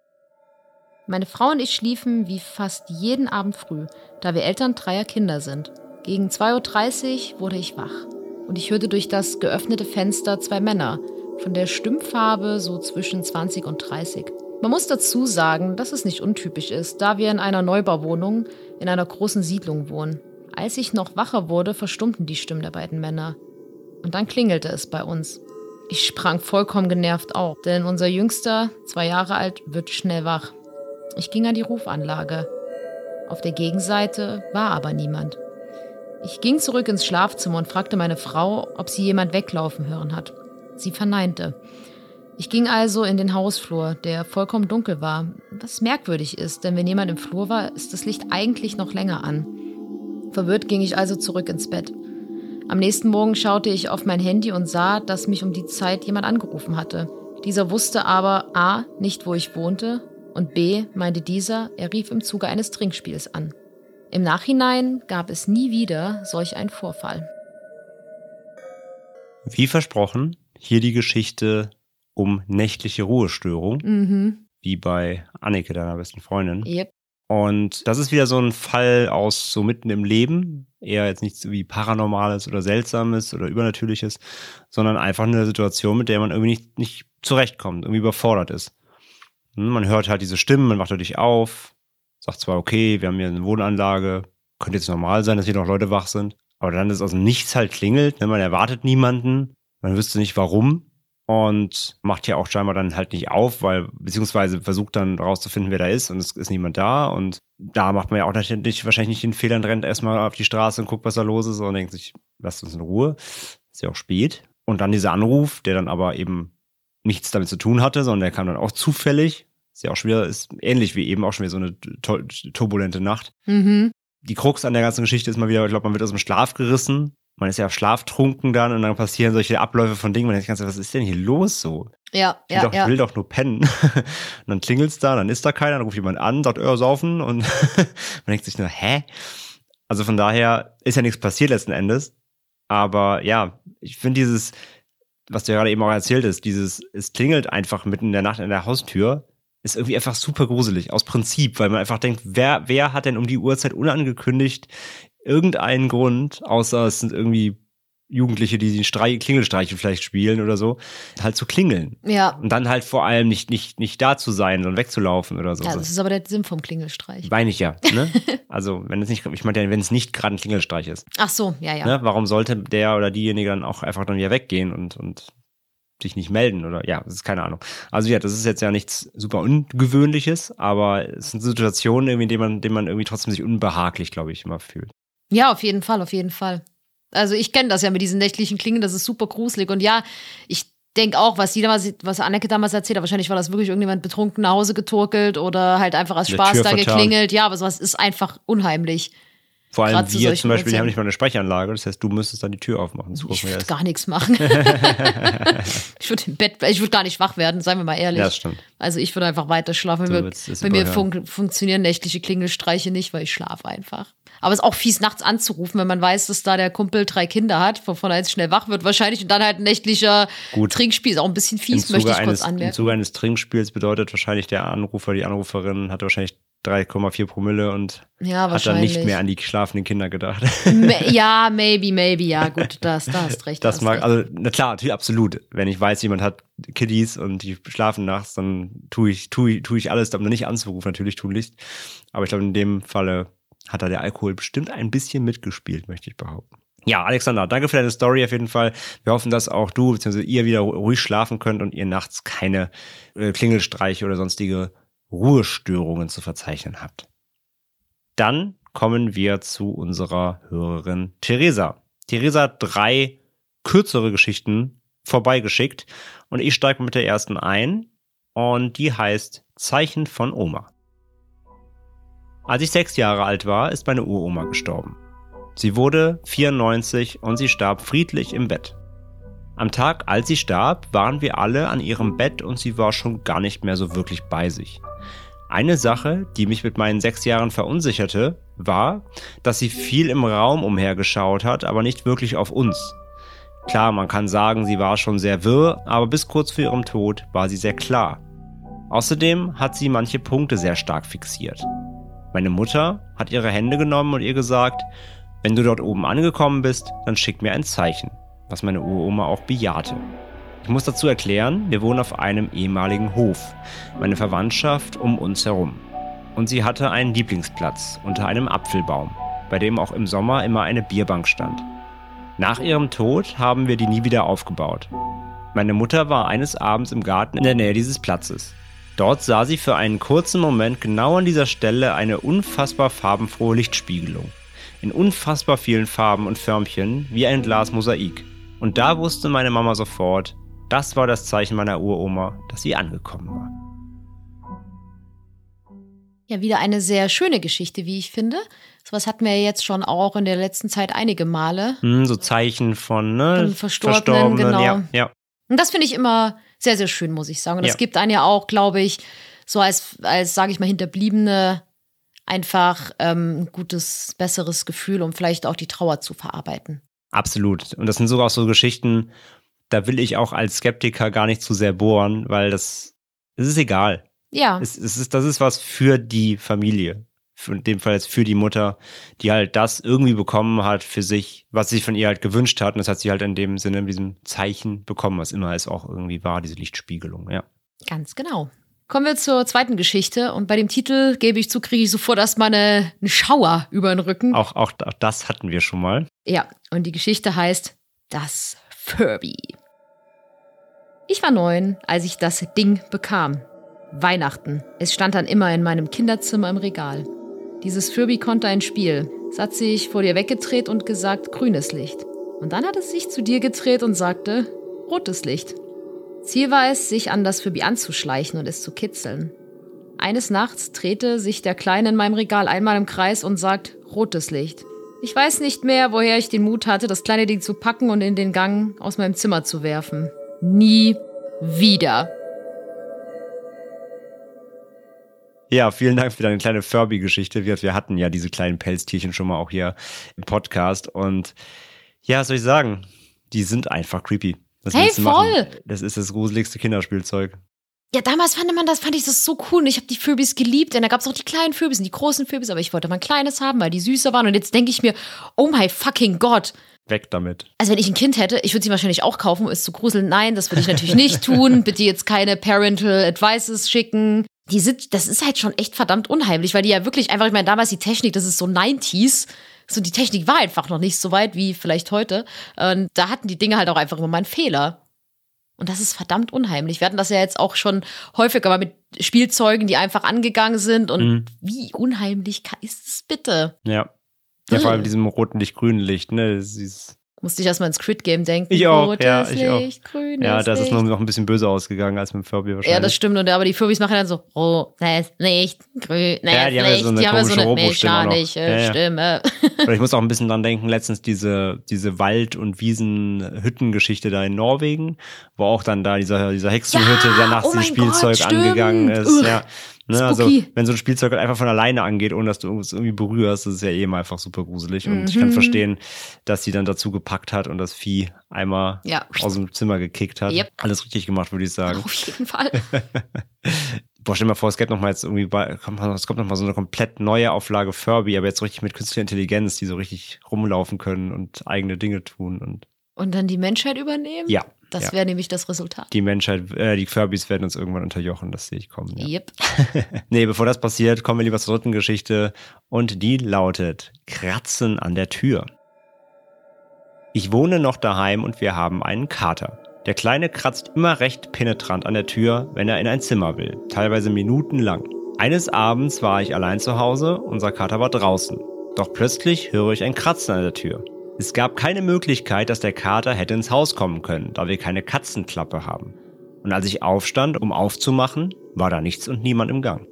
Meine Frau und ich schliefen wie fast jeden Abend früh, da wir Eltern 3 Kinder sind. Gegen 2:30 Uhr wurde ich wach und ich hörte durch das geöffnete Fenster 2 Männer, von der Stimmfarbe so zwischen 20 und 30. Man muss dazu sagen, dass es nicht untypisch ist, da wir in einer Neubauwohnung in einer großen Siedlung wohnen. Als ich noch wacher wurde, verstummten die Stimmen der beiden Männer. Und dann klingelte es bei uns. Ich sprang vollkommen genervt auf, denn unser Jüngster, 2 Jahre alt, wird schnell wach. Ich ging an die Rufanlage. Auf der Gegenseite war aber niemand. Ich ging zurück ins Schlafzimmer und fragte meine Frau, ob sie jemand weglaufen hören hat. Sie verneinte. Ich ging also in den Hausflur, der vollkommen dunkel war, was merkwürdig ist, denn wenn jemand im Flur war, ist das Licht eigentlich noch länger an. Verwirrt ging ich also zurück ins Bett. Am nächsten Morgen schaute ich auf mein Handy und sah, dass mich um die Zeit jemand angerufen hatte. Dieser wusste aber A, nicht, wo ich wohnte und B, meinte dieser, er rief im Zuge eines Trinkspiels an. Im Nachhinein gab es nie wieder solch einen Vorfall. Wie versprochen, hier die Geschichte um nächtliche Ruhestörung, wie bei Anneke, deiner besten Freundin. Yep. Und das ist wieder so ein Fall aus so mitten im Leben, eher jetzt nichts wie Paranormales oder Seltsames oder Übernatürliches, sondern einfach eine Situation, mit der man irgendwie nicht zurechtkommt, irgendwie überfordert ist. Man hört halt diese Stimmen, man wacht dadurch auf, sagt zwar, okay, wir haben hier eine Wohnanlage, könnte jetzt normal sein, dass hier noch Leute wach sind, aber dann ist aus dem Nichts halt klingelt, man erwartet niemanden, man wüsste nicht warum. Und macht ja auch scheinbar dann halt nicht auf, beziehungsweise versucht dann rauszufinden, wer da ist und es ist niemand da. Und da macht man ja auch wahrscheinlich nicht den Fehler und rennt erstmal auf die Straße und guckt, was da los ist und denkt sich, lasst uns in Ruhe. Ist ja auch spät. Und dann dieser Anruf, der dann aber eben nichts damit zu tun hatte, sondern der kam dann auch zufällig. Ist ja auch schon wieder, ist ähnlich wie eben auch schon wieder so eine turbulente Nacht. Die Krux an der ganzen Geschichte ist mal wieder, ich glaube, man wird aus dem Schlaf gerissen. Man ist ja schlaftrunken dann und dann passieren solche Abläufe von Dingen. Man denkt ganz, was ist denn hier los so? Ich will doch nur pennen. Und dann klingelt's da, dann ist da keiner, dann ruft jemand an, sagt, saufen und man denkt sich nur, hä? Also von daher ist ja nichts passiert letzten Endes. Aber ja, ich finde dieses, was du ja gerade eben auch erzählt hast, es klingelt einfach mitten in der Nacht an der Haustür, ist irgendwie einfach super gruselig, aus Prinzip, weil man einfach denkt, wer hat denn um die Uhrzeit unangekündigt irgendeinen Grund, außer es sind irgendwie Jugendliche, die den Klingelstreiche vielleicht spielen oder so, halt zu klingeln. Ja. Und dann halt vor allem nicht da zu sein, sondern wegzulaufen oder so. Ja, das ist aber der Sinn vom Klingelstreich. Meine ich ja, ne? Also, wenn es nicht gerade ein Klingelstreich ist. Ach so, ja. Ne? Warum sollte der oder diejenige dann auch einfach dann wieder weggehen und sich nicht melden oder ja, das ist keine Ahnung. Also ja, das ist jetzt ja nichts super Ungewöhnliches, aber es sind Situationen, irgendwie, in denen man irgendwie trotzdem sich unbehaglich, glaube ich, immer fühlt. Ja, auf jeden Fall. Also ich kenne das ja mit diesen nächtlichen Klingen, das ist super gruselig. Und ja, ich denke auch, was Anneke damals erzählt hat, wahrscheinlich war das wirklich irgendjemand betrunken nach Hause getorkelt oder halt einfach aus Spaß da geklingelt. Ja, aber sowas ist einfach unheimlich. Vor allem wir zum Beispiel, die haben nicht mal eine Sprechanlage, das heißt, du müsstest dann die Tür aufmachen. Ich würde gar nichts machen. Ich würde gar nicht wach werden, seien wir mal ehrlich. Ja, das stimmt. Also ich würde einfach weiter schlafen. Bei mir funktionieren nächtliche Klingelstreiche nicht, weil ich schlafe einfach. Aber es ist auch fies, nachts anzurufen, wenn man weiß, dass da der Kumpel 3 Kinder hat, wovon er jetzt schnell wach wird wahrscheinlich und dann halt ein nächtlicher Trinkspiel. Ist auch ein bisschen fies, möchte ich kurz anmerken. Im Zuge eines Trinkspiels bedeutet wahrscheinlich der Anrufer, die Anruferin hatte wahrscheinlich 3,4 Promille und Ja, hat dann nicht wahrscheinlich. mehr an die schlafenden Kinder gedacht. Ja, maybe, ja, gut, da hast recht. Das hast mag, recht. also, na klar, natürlich absolut. Wenn ich weiß, jemand hat Kiddies und die schlafen nachts, dann tue ich alles, um nicht anzurufen, natürlich tunlichst. Aber ich glaube, in dem Falle hat da der Alkohol bestimmt ein bisschen mitgespielt, möchte ich behaupten. Ja, Alexander, danke für deine Story auf jeden Fall. Wir hoffen, dass auch du bzw. ihr wieder ruhig schlafen könnt und ihr nachts keine Klingelstreiche oder sonstige Ruhestörungen zu verzeichnen habt. Dann kommen wir zu unserer Hörerin Theresa. Theresa hat 3 kürzere Geschichten vorbeigeschickt und ich steige mit der ersten ein und die heißt Zeichen von Oma. Als ich 6 Jahre alt war, ist meine Uroma gestorben. Sie wurde 94 und sie starb friedlich im Bett. Am Tag, als sie starb, waren wir alle an ihrem Bett und sie war schon gar nicht mehr so wirklich bei sich. Eine Sache, die mich mit meinen 6 Jahren verunsicherte, war, dass sie viel im Raum umhergeschaut hat, aber nicht wirklich auf uns. Klar, man kann sagen, sie war schon sehr wirr, aber bis kurz vor ihrem Tod war sie sehr klar. Außerdem hat sie manche Punkte sehr stark fixiert. Meine Mutter hat ihre Hände genommen und ihr gesagt, wenn du dort oben angekommen bist, dann schick mir ein Zeichen, was meine Uroma auch bejahte. Ich muss dazu erklären, wir wohnen auf einem ehemaligen Hof, meine Verwandtschaft um uns herum. Und sie hatte einen Lieblingsplatz unter einem Apfelbaum, bei dem auch im Sommer immer eine Bierbank stand. Nach ihrem Tod haben wir die nie wieder aufgebaut. Meine Mutter war eines Abends im Garten in der Nähe dieses Platzes. Dort sah sie für einen kurzen Moment genau an dieser Stelle eine unfassbar farbenfrohe Lichtspiegelung. In unfassbar vielen Farben und Förmchen, wie ein Glas Mosaik. Und da wusste meine Mama sofort, das war das Zeichen meiner Uroma, dass sie angekommen war. Ja, wieder eine sehr schöne Geschichte, wie ich finde. Sowas hatten wir jetzt schon auch in der letzten Zeit einige Male. So Zeichen von Von Verstorbenen, genau. Ja. Und das finde ich immer sehr, sehr schön, muss ich sagen. Und das gibt einen ja auch, glaube ich, so als sage ich mal, Hinterbliebene einfach ein gutes, besseres Gefühl, um vielleicht auch die Trauer zu verarbeiten. Absolut. Und das sind sogar auch so Geschichten, da will ich auch als Skeptiker gar nicht zu sehr bohren, weil es ist egal. Ja. Das ist was für die Familie. In dem Fall jetzt für die Mutter, die halt das irgendwie bekommen hat für sich, was sie sich von ihr halt gewünscht hat. Und das hat sie halt in dem Sinne, in diesem Zeichen bekommen, was immer es auch irgendwie war, diese Lichtspiegelung, ja. Ganz genau. Kommen wir zur zweiten Geschichte. Und bei dem Titel, gebe ich zu, kriege ich sofort erstmal einen Schauer über den Rücken. Auch das hatten wir schon mal. Ja, und die Geschichte heißt Das Furby. Ich war 9, als ich das Ding bekam. Weihnachten. Es stand dann immer in meinem Kinderzimmer im Regal. Dieses Furby konnte ein Spiel. Es hat sich vor dir weggedreht und gesagt, grünes Licht. Und dann hat es sich zu dir gedreht und sagte, rotes Licht. Ziel war es, sich an das Furby anzuschleichen und es zu kitzeln. Eines Nachts drehte sich der Kleine in meinem Regal einmal im Kreis und sagt, rotes Licht. Ich weiß nicht mehr, woher ich den Mut hatte, das kleine Ding zu packen und in den Gang aus meinem Zimmer zu werfen. Nie wieder. Ja, vielen Dank für deine kleine Furby-Geschichte. Wir hatten ja diese kleinen Pelztierchen schon mal auch hier im Podcast. Und ja, was soll ich sagen? Die sind einfach creepy. Was Hey, willst du machen? voll! Das ist das gruseligste Kinderspielzeug. Ja, damals fand ich das so cool und ich habe die Furbys geliebt. Und da gab es auch die kleinen Furbys und die großen Furbys, aber ich wollte mal ein kleines haben, weil die süßer waren. Und jetzt denke ich mir, oh my fucking Gott. Weg damit. Also wenn ich ein Kind hätte, ich würde sie wahrscheinlich auch kaufen, um es zu gruseln. Nein, das würde ich natürlich nicht tun. Bitte jetzt keine Parental Advices schicken. Das ist halt schon echt verdammt unheimlich, weil die ja wirklich einfach, ich meine, damals die Technik, das ist so 90s. So, die Technik war einfach noch nicht so weit wie vielleicht heute. Und da hatten die Dinge halt auch einfach immer mal einen Fehler. Und das ist verdammt unheimlich. Wir hatten das ja jetzt auch schon häufiger mal mit Spielzeugen, die einfach angegangen sind. Und wie unheimlich ist es bitte? Ja. Ja, vor allem diesem roten Licht, grünen Licht, ne? Musste ich erstmal ins Squid Game denken. Ich auch, Rotes ja, ich Licht, auch. grünes Ja, das ist Licht. noch ein bisschen böse ausgegangen als mit dem Furby wahrscheinlich. Ja, das stimmt. Aber die Furbys machen dann so rotes Licht, grünes Ja, die haben ja Licht. so eine Die haben ja so komische eine Robostimme auch noch. mechanische Ja, ja. Stimme. Oder ich muss auch ein bisschen dran denken, letztens diese Wald- und Wiesen-Hütten-Geschichte da in Norwegen, wo auch dann da dieser Hexenhütte, Ja, der nachts oh dieses mein Gott, Spielzeug stimmt. angegangen ist. Ugh. Ja, Ne? Also, Spooky. wenn so ein Spielzeug halt einfach von alleine angeht, ohne dass du es irgendwie berührst, das ist ja immer einfach super gruselig. Und ich kann verstehen, dass sie dann dazu gepackt hat und das Vieh einmal aus dem Zimmer gekickt hat. Yep. Alles richtig gemacht, würde ich sagen. Auf jeden Fall. Boah, stell dir mal vor, es gibt noch mal jetzt irgendwie es kommt noch mal so eine komplett neue Auflage Furby, aber jetzt richtig mit künstlicher Intelligenz, die so richtig rumlaufen können und eigene Dinge tun. Und dann die Menschheit übernehmen? Ja. Das wäre nämlich das Resultat. Die Menschheit, die Furbys werden uns irgendwann unterjochen, das sehe ich kommen. Ja. Yep. Nee, bevor das passiert, kommen wir lieber zur dritten Geschichte und die lautet Kratzen an der Tür. Ich wohne noch daheim und wir haben einen Kater. Der Kleine kratzt immer recht penetrant an der Tür, wenn er in ein Zimmer will, teilweise minutenlang. Eines Abends war ich allein zu Hause, unser Kater war draußen. Doch plötzlich höre ich ein Kratzen an der Tür. Es gab keine Möglichkeit, dass der Kater hätte ins Haus kommen können, da wir keine Katzenklappe haben. Und als ich aufstand, um aufzumachen, war da nichts und niemand im Gang.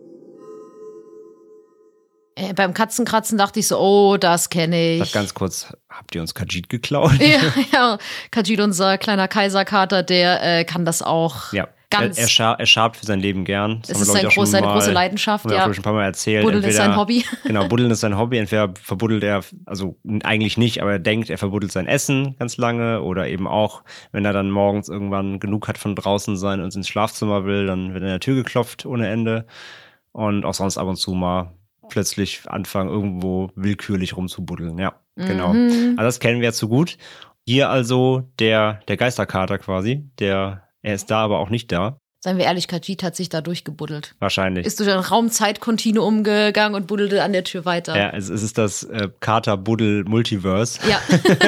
Beim Katzenkratzen dachte ich so, oh, das kenne ich. Sag ganz kurz, habt ihr uns Kajit geklaut? Ja, Kajit, unser kleiner Kaiserkater, der kann das auch. Ja. Ganz. Er schabt für sein Leben gern. Das ist seine große Leidenschaft, ja. Haben wir schon ein paar Mal erzählt. Buddeln ist sein Hobby. Genau, Buddeln ist sein Hobby. Entweder verbuddelt er, also eigentlich nicht, aber er denkt, er verbuddelt sein Essen ganz lange oder eben auch, wenn er dann morgens irgendwann genug hat von draußen sein und ins Schlafzimmer will, dann wird an der Tür geklopft ohne Ende und auch sonst ab und zu mal plötzlich anfangen, irgendwo willkürlich rumzubuddeln. Ja, genau. Also das kennen wir ja zu gut. Hier also der Geisterkater quasi, er ist da, aber auch nicht da. Seien wir ehrlich, Kajit hat sich da durchgebuddelt. Wahrscheinlich. Ist durch ein Raum-Zeit-Kontinuum gegangen und buddelte an der Tür weiter. Ja, es ist das Kater-Buddel-Multiverse. Ja.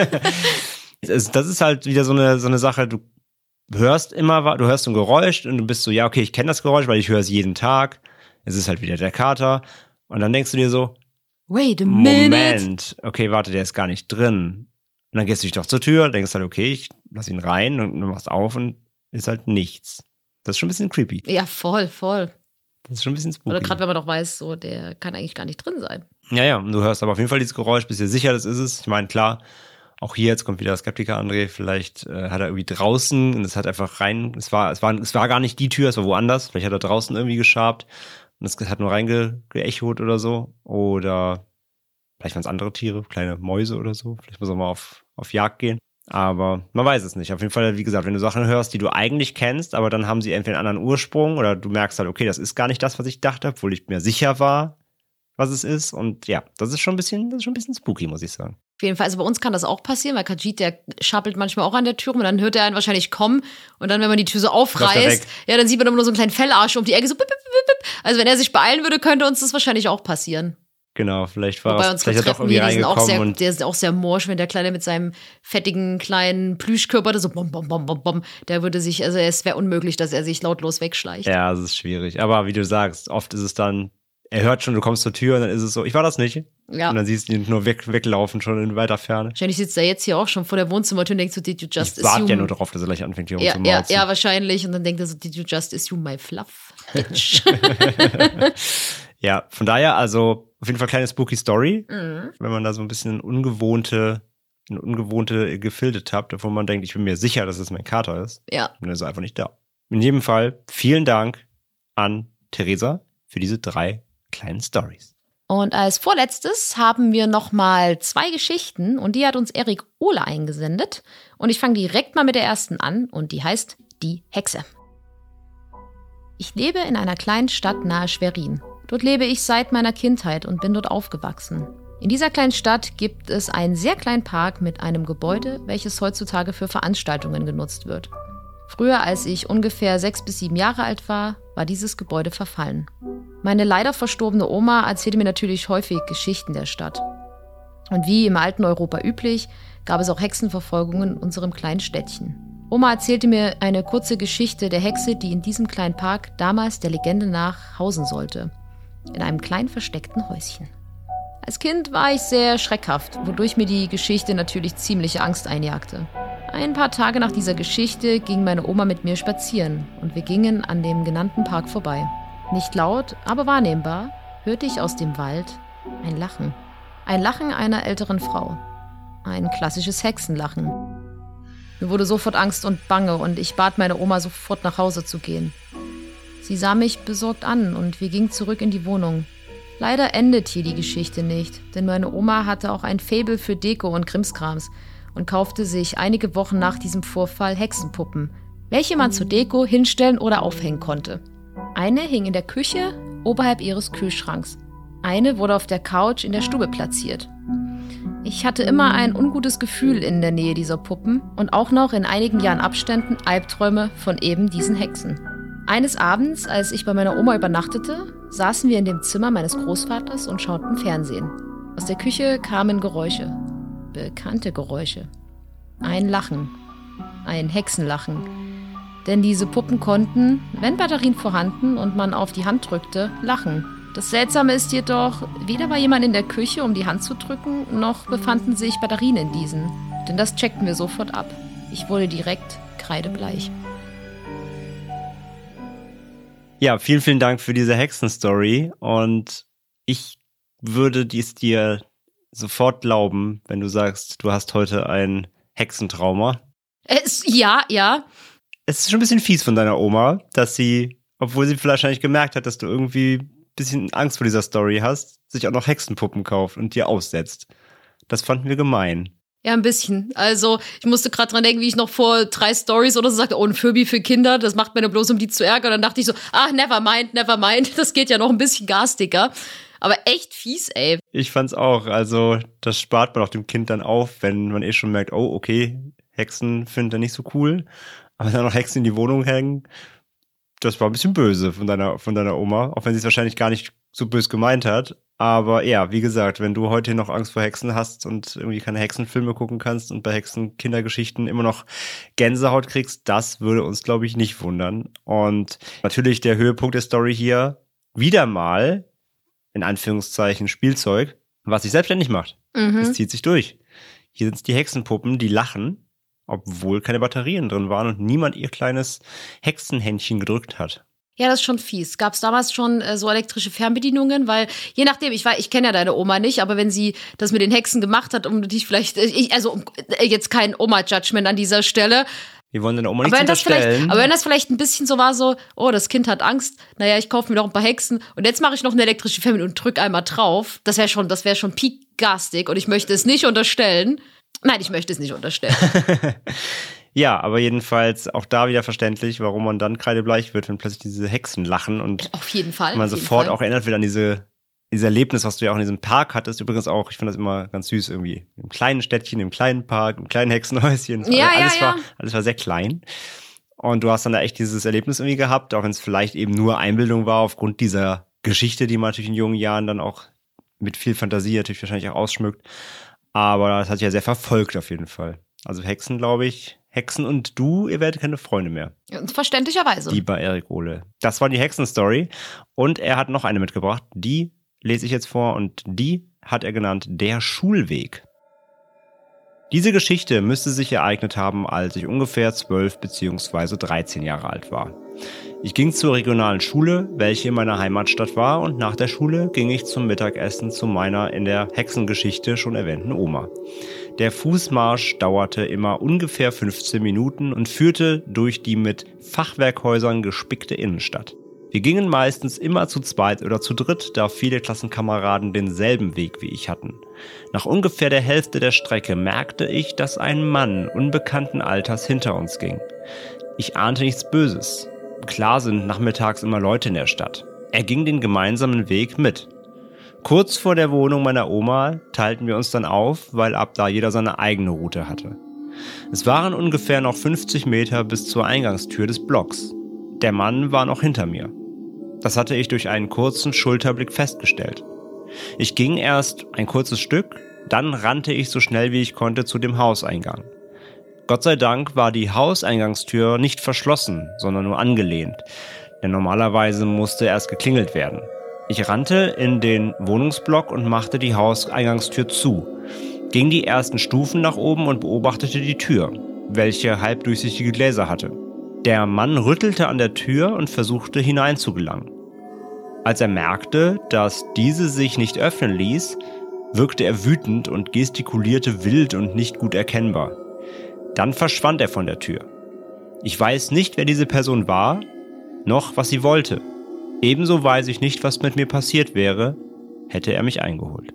Das ist halt wieder so eine Sache, du hörst ein Geräusch und du bist so, ja, okay, ich kenne das Geräusch, weil ich höre es jeden Tag. Es ist halt wieder der Kater. Und dann denkst du dir so, wait a minute. Moment, okay, warte, der ist gar nicht drin. Und dann gehst du dich doch zur Tür, denkst halt, okay, ich lass ihn rein und du machst auf und ist halt nichts. Das ist schon ein bisschen creepy. Ja, voll. Das ist schon ein bisschen spooky. Oder gerade wenn man doch weiß, so, der kann eigentlich gar nicht drin sein. Ja, und du hörst aber auf jeden Fall dieses Geräusch, bist dir sicher, das ist es. Ich meine, klar, auch hier, jetzt kommt wieder Skeptiker André, vielleicht hat er irgendwie draußen und es hat einfach rein, es war gar nicht die Tür, es war woanders. Vielleicht hat er draußen irgendwie geschabt und es hat nur reingeechot oder so. Oder vielleicht waren es andere Tiere, kleine Mäuse oder so. Vielleicht muss er mal auf Jagd gehen. Aber man weiß es nicht. Auf jeden Fall, wie gesagt, wenn du Sachen hörst, die du eigentlich kennst, aber dann haben sie entweder einen anderen Ursprung oder du merkst halt, okay, das ist gar nicht das, was ich dachte, obwohl ich mir sicher war, was es ist. Und ja, das ist schon ein bisschen spooky, muss ich sagen. Auf jeden Fall, also bei uns kann das auch passieren, weil Kajit, der schappelt manchmal auch an der Tür rum und dann hört er einen wahrscheinlich kommen und dann, wenn man die Tür so aufreißt, ja, dann sieht man immer nur so einen kleinen Fellarsch um die Ecke, so bip, bip, bip, bip. Also wenn er sich beeilen würde, könnte uns das wahrscheinlich auch passieren. Genau, vielleicht uns vielleicht doch irgendwie reingekommen. Der ist auch sehr morsch, wenn der Kleine mit seinem fettigen kleinen Plüschkörper da so bom, bom, bom, bom, bom. Der würde sich, also es wäre unmöglich, dass er sich lautlos wegschleicht. Ja, das ist schwierig. Aber wie du sagst, oft ist es dann, er hört schon, du kommst zur Tür und dann ist es so, ich war das nicht. Ja. Und dann siehst du ihn nur weglaufen, schon in weiter Ferne. Wahrscheinlich sitzt er jetzt hier auch schon vor der Wohnzimmertür und denkt so, did you just assume? Ich warte ja nur darauf, dass er gleich anfängt, hier rumzumauzen. Ja, wahrscheinlich. Und dann denkt er so, did you just assume my fluff, bitch? Ja, von daher also auf jeden Fall kleine spooky Story, wenn man da so ein bisschen in ungewohnte Gefilde tappt, obwohl man denkt, ich bin mir sicher, dass es mein Kater ist. Ja. Und er ist einfach nicht da. In jedem Fall vielen Dank an Theresa für diese 3 kleinen Stories. Und als vorletztes haben wir nochmal 2 Geschichten und die hat uns Erik Ohle eingesendet. Und ich fange direkt mal mit der ersten an und die heißt Die Hexe. Ich lebe in einer kleinen Stadt nahe Schwerin. Dort lebe ich seit meiner Kindheit und bin dort aufgewachsen. In dieser kleinen Stadt gibt es einen sehr kleinen Park mit einem Gebäude, welches heutzutage für Veranstaltungen genutzt wird. Früher, als ich ungefähr 6 bis 7 Jahre alt war, war dieses Gebäude verfallen. Meine leider verstorbene Oma erzählte mir natürlich häufig Geschichten der Stadt. Und wie im alten Europa üblich, gab es auch Hexenverfolgungen in unserem kleinen Städtchen. Oma erzählte mir eine kurze Geschichte der Hexe, die in diesem kleinen Park damals der Legende nach hausen sollte. In einem kleinen versteckten Häuschen. Als Kind war ich sehr schreckhaft, wodurch mir die Geschichte natürlich ziemliche Angst einjagte. Ein paar Tage nach dieser Geschichte ging meine Oma mit mir spazieren und wir gingen an dem genannten Park vorbei. Nicht laut, aber wahrnehmbar hörte ich aus dem Wald ein Lachen. Ein Lachen einer älteren Frau. Ein klassisches Hexenlachen. Mir wurde sofort Angst und Bange und ich bat meine Oma, sofort nach Hause zu gehen. Sie sah mich besorgt an und wir gingen zurück in die Wohnung. Leider endet hier die Geschichte nicht, denn meine Oma hatte auch ein Faible für Deko und Krimskrams und kaufte sich einige Wochen nach diesem Vorfall Hexenpuppen, welche man zur Deko hinstellen oder aufhängen konnte. Eine hing in der Küche, oberhalb ihres Kühlschranks. Eine wurde auf der Couch in der Stube platziert. Ich hatte immer ein ungutes Gefühl in der Nähe dieser Puppen und auch noch in einigen Jahren Abständen Albträume von eben diesen Hexen. Eines Abends, als ich bei meiner Oma übernachtete, saßen wir in dem Zimmer meines Großvaters und schauten Fernsehen. Aus der Küche kamen Geräusche. Bekannte Geräusche. Ein Lachen. Ein Hexenlachen. Denn diese Puppen konnten, wenn Batterien vorhanden und man auf die Hand drückte, lachen. Das Seltsame ist jedoch, weder war jemand in der Küche, um die Hand zu drücken, noch befanden sich Batterien in diesen. Denn das checkten wir sofort ab. Ich wurde direkt kreidebleich. Ja, vielen, vielen Dank für diese Hexenstory. Und ich würde dies dir sofort glauben, wenn du sagst, du hast heute ein Hexentrauma. Ja. Es ist schon ein bisschen fies von deiner Oma, dass sie, obwohl sie wahrscheinlich gemerkt hat, dass du irgendwie ein bisschen Angst vor dieser Story hast, sich auch noch Hexenpuppen kauft und dir aussetzt. Das fanden wir gemein. Ja, ein bisschen. Also, ich musste gerade dran denken, wie ich noch vor 3 Stories oder so sagte, oh, ein Furby für Kinder, das macht mir nur bloß, um die zu ärgern. Dann dachte ich so, never mind, das geht ja noch ein bisschen garstiger. Aber echt fies, ey. Ich fand's auch. Also, das spart man auch dem Kind dann auf, wenn man schon merkt, oh, okay, Hexen findet er nicht so cool. Aber dann noch Hexen in die Wohnung hängen, das war ein bisschen böse von deiner Oma, auch wenn sie es wahrscheinlich gar nicht so böse gemeint hat. Aber ja, wie gesagt, wenn du heute noch Angst vor Hexen hast und irgendwie keine Hexenfilme gucken kannst und bei Hexen-Kindergeschichten immer noch Gänsehaut kriegst, das würde uns, glaube ich, nicht wundern. Und natürlich der Höhepunkt der Story hier, wieder mal, in Anführungszeichen, Spielzeug, was sich selbstständig macht. Es zieht sich durch. Hier sind es die Hexenpuppen, die lachen, obwohl keine Batterien drin waren und niemand ihr kleines Hexenhändchen gedrückt hat. Ja, das ist schon fies. Gab es damals schon so elektrische Fernbedienungen? Weil, je nachdem, ich kenne ja deine Oma nicht, aber wenn sie das mit den Hexen gemacht hat, um dich vielleicht, jetzt kein Oma-Judgment an dieser Stelle. Wir wollen deine Oma nicht unterstellen. Aber wenn das vielleicht ein bisschen so war, so, oh, das Kind hat Angst, naja, ich kaufe mir noch ein paar Hexen und jetzt mache ich noch eine elektrische Fernbedienung und drück einmal drauf. Das wäre schon peak-garstig und ich möchte es nicht unterstellen. Nein, ich möchte es nicht unterstellen. Ja, aber jedenfalls auch da wieder verständlich, warum man dann kreidebleich wird, wenn plötzlich diese Hexen lachen und auf jeden Fall, man sofort auch erinnert wird an dieses Erlebnis, was du ja auch in diesem Park hattest. Übrigens auch, ich finde das immer ganz süß irgendwie. Im kleinen Städtchen, im kleinen Park, im kleinen Hexenhäuschen. Alles war sehr klein. Und du hast dann da echt dieses Erlebnis irgendwie gehabt, auch wenn es vielleicht eben nur Einbildung war, aufgrund dieser Geschichte, die man natürlich in jungen Jahren dann auch mit viel Fantasie natürlich wahrscheinlich auch ausschmückt. Aber das hat sich ja sehr verfolgt auf jeden Fall. Also Hexen, glaube ich, Hexen und du, ihr werdet keine Freunde mehr. Verständlicherweise. Lieber Erik Ohle. Das war die Hexenstory. Und er hat noch eine mitgebracht. Die lese ich jetzt vor und die hat er genannt Der Schulweg. Diese Geschichte müsste sich ereignet haben, als ich ungefähr 12 bzw. 13 Jahre alt war. Ich ging zur regionalen Schule, welche in meiner Heimatstadt war, und nach der Schule ging ich zum Mittagessen zu meiner in der Hexengeschichte schon erwähnten Oma. Der Fußmarsch dauerte immer ungefähr 15 Minuten und führte durch die mit Fachwerkhäusern gespickte Innenstadt. Wir gingen meistens immer zu zweit oder zu dritt, da viele Klassenkameraden denselben Weg wie ich hatten. Nach ungefähr der Hälfte der Strecke merkte ich, dass ein Mann unbekannten Alters hinter uns ging. Ich ahnte nichts Böses. Klar sind nachmittags immer Leute in der Stadt. Er ging den gemeinsamen Weg mit. Kurz vor der Wohnung meiner Oma teilten wir uns dann auf, weil ab da jeder seine eigene Route hatte. Es waren ungefähr noch 50 Meter bis zur Eingangstür des Blocks. Der Mann war noch hinter mir. Das hatte ich durch einen kurzen Schulterblick festgestellt. Ich ging erst ein kurzes Stück, dann rannte ich so schnell wie ich konnte zu dem Hauseingang. Gott sei Dank war die Hauseingangstür nicht verschlossen, sondern nur angelehnt, denn normalerweise musste erst geklingelt werden. Ich rannte in den Wohnungsblock und machte die Hauseingangstür zu, ging die ersten Stufen nach oben und beobachtete die Tür, welche halbdurchsichtige Gläser hatte. Der Mann rüttelte an der Tür und versuchte hineinzugelangen. Als er merkte, dass diese sich nicht öffnen ließ, wirkte er wütend und gestikulierte wild und nicht gut erkennbar. Dann verschwand er von der Tür. Ich weiß nicht, wer diese Person war, noch was sie wollte. Ebenso weiß ich nicht, was mit mir passiert wäre, hätte er mich eingeholt.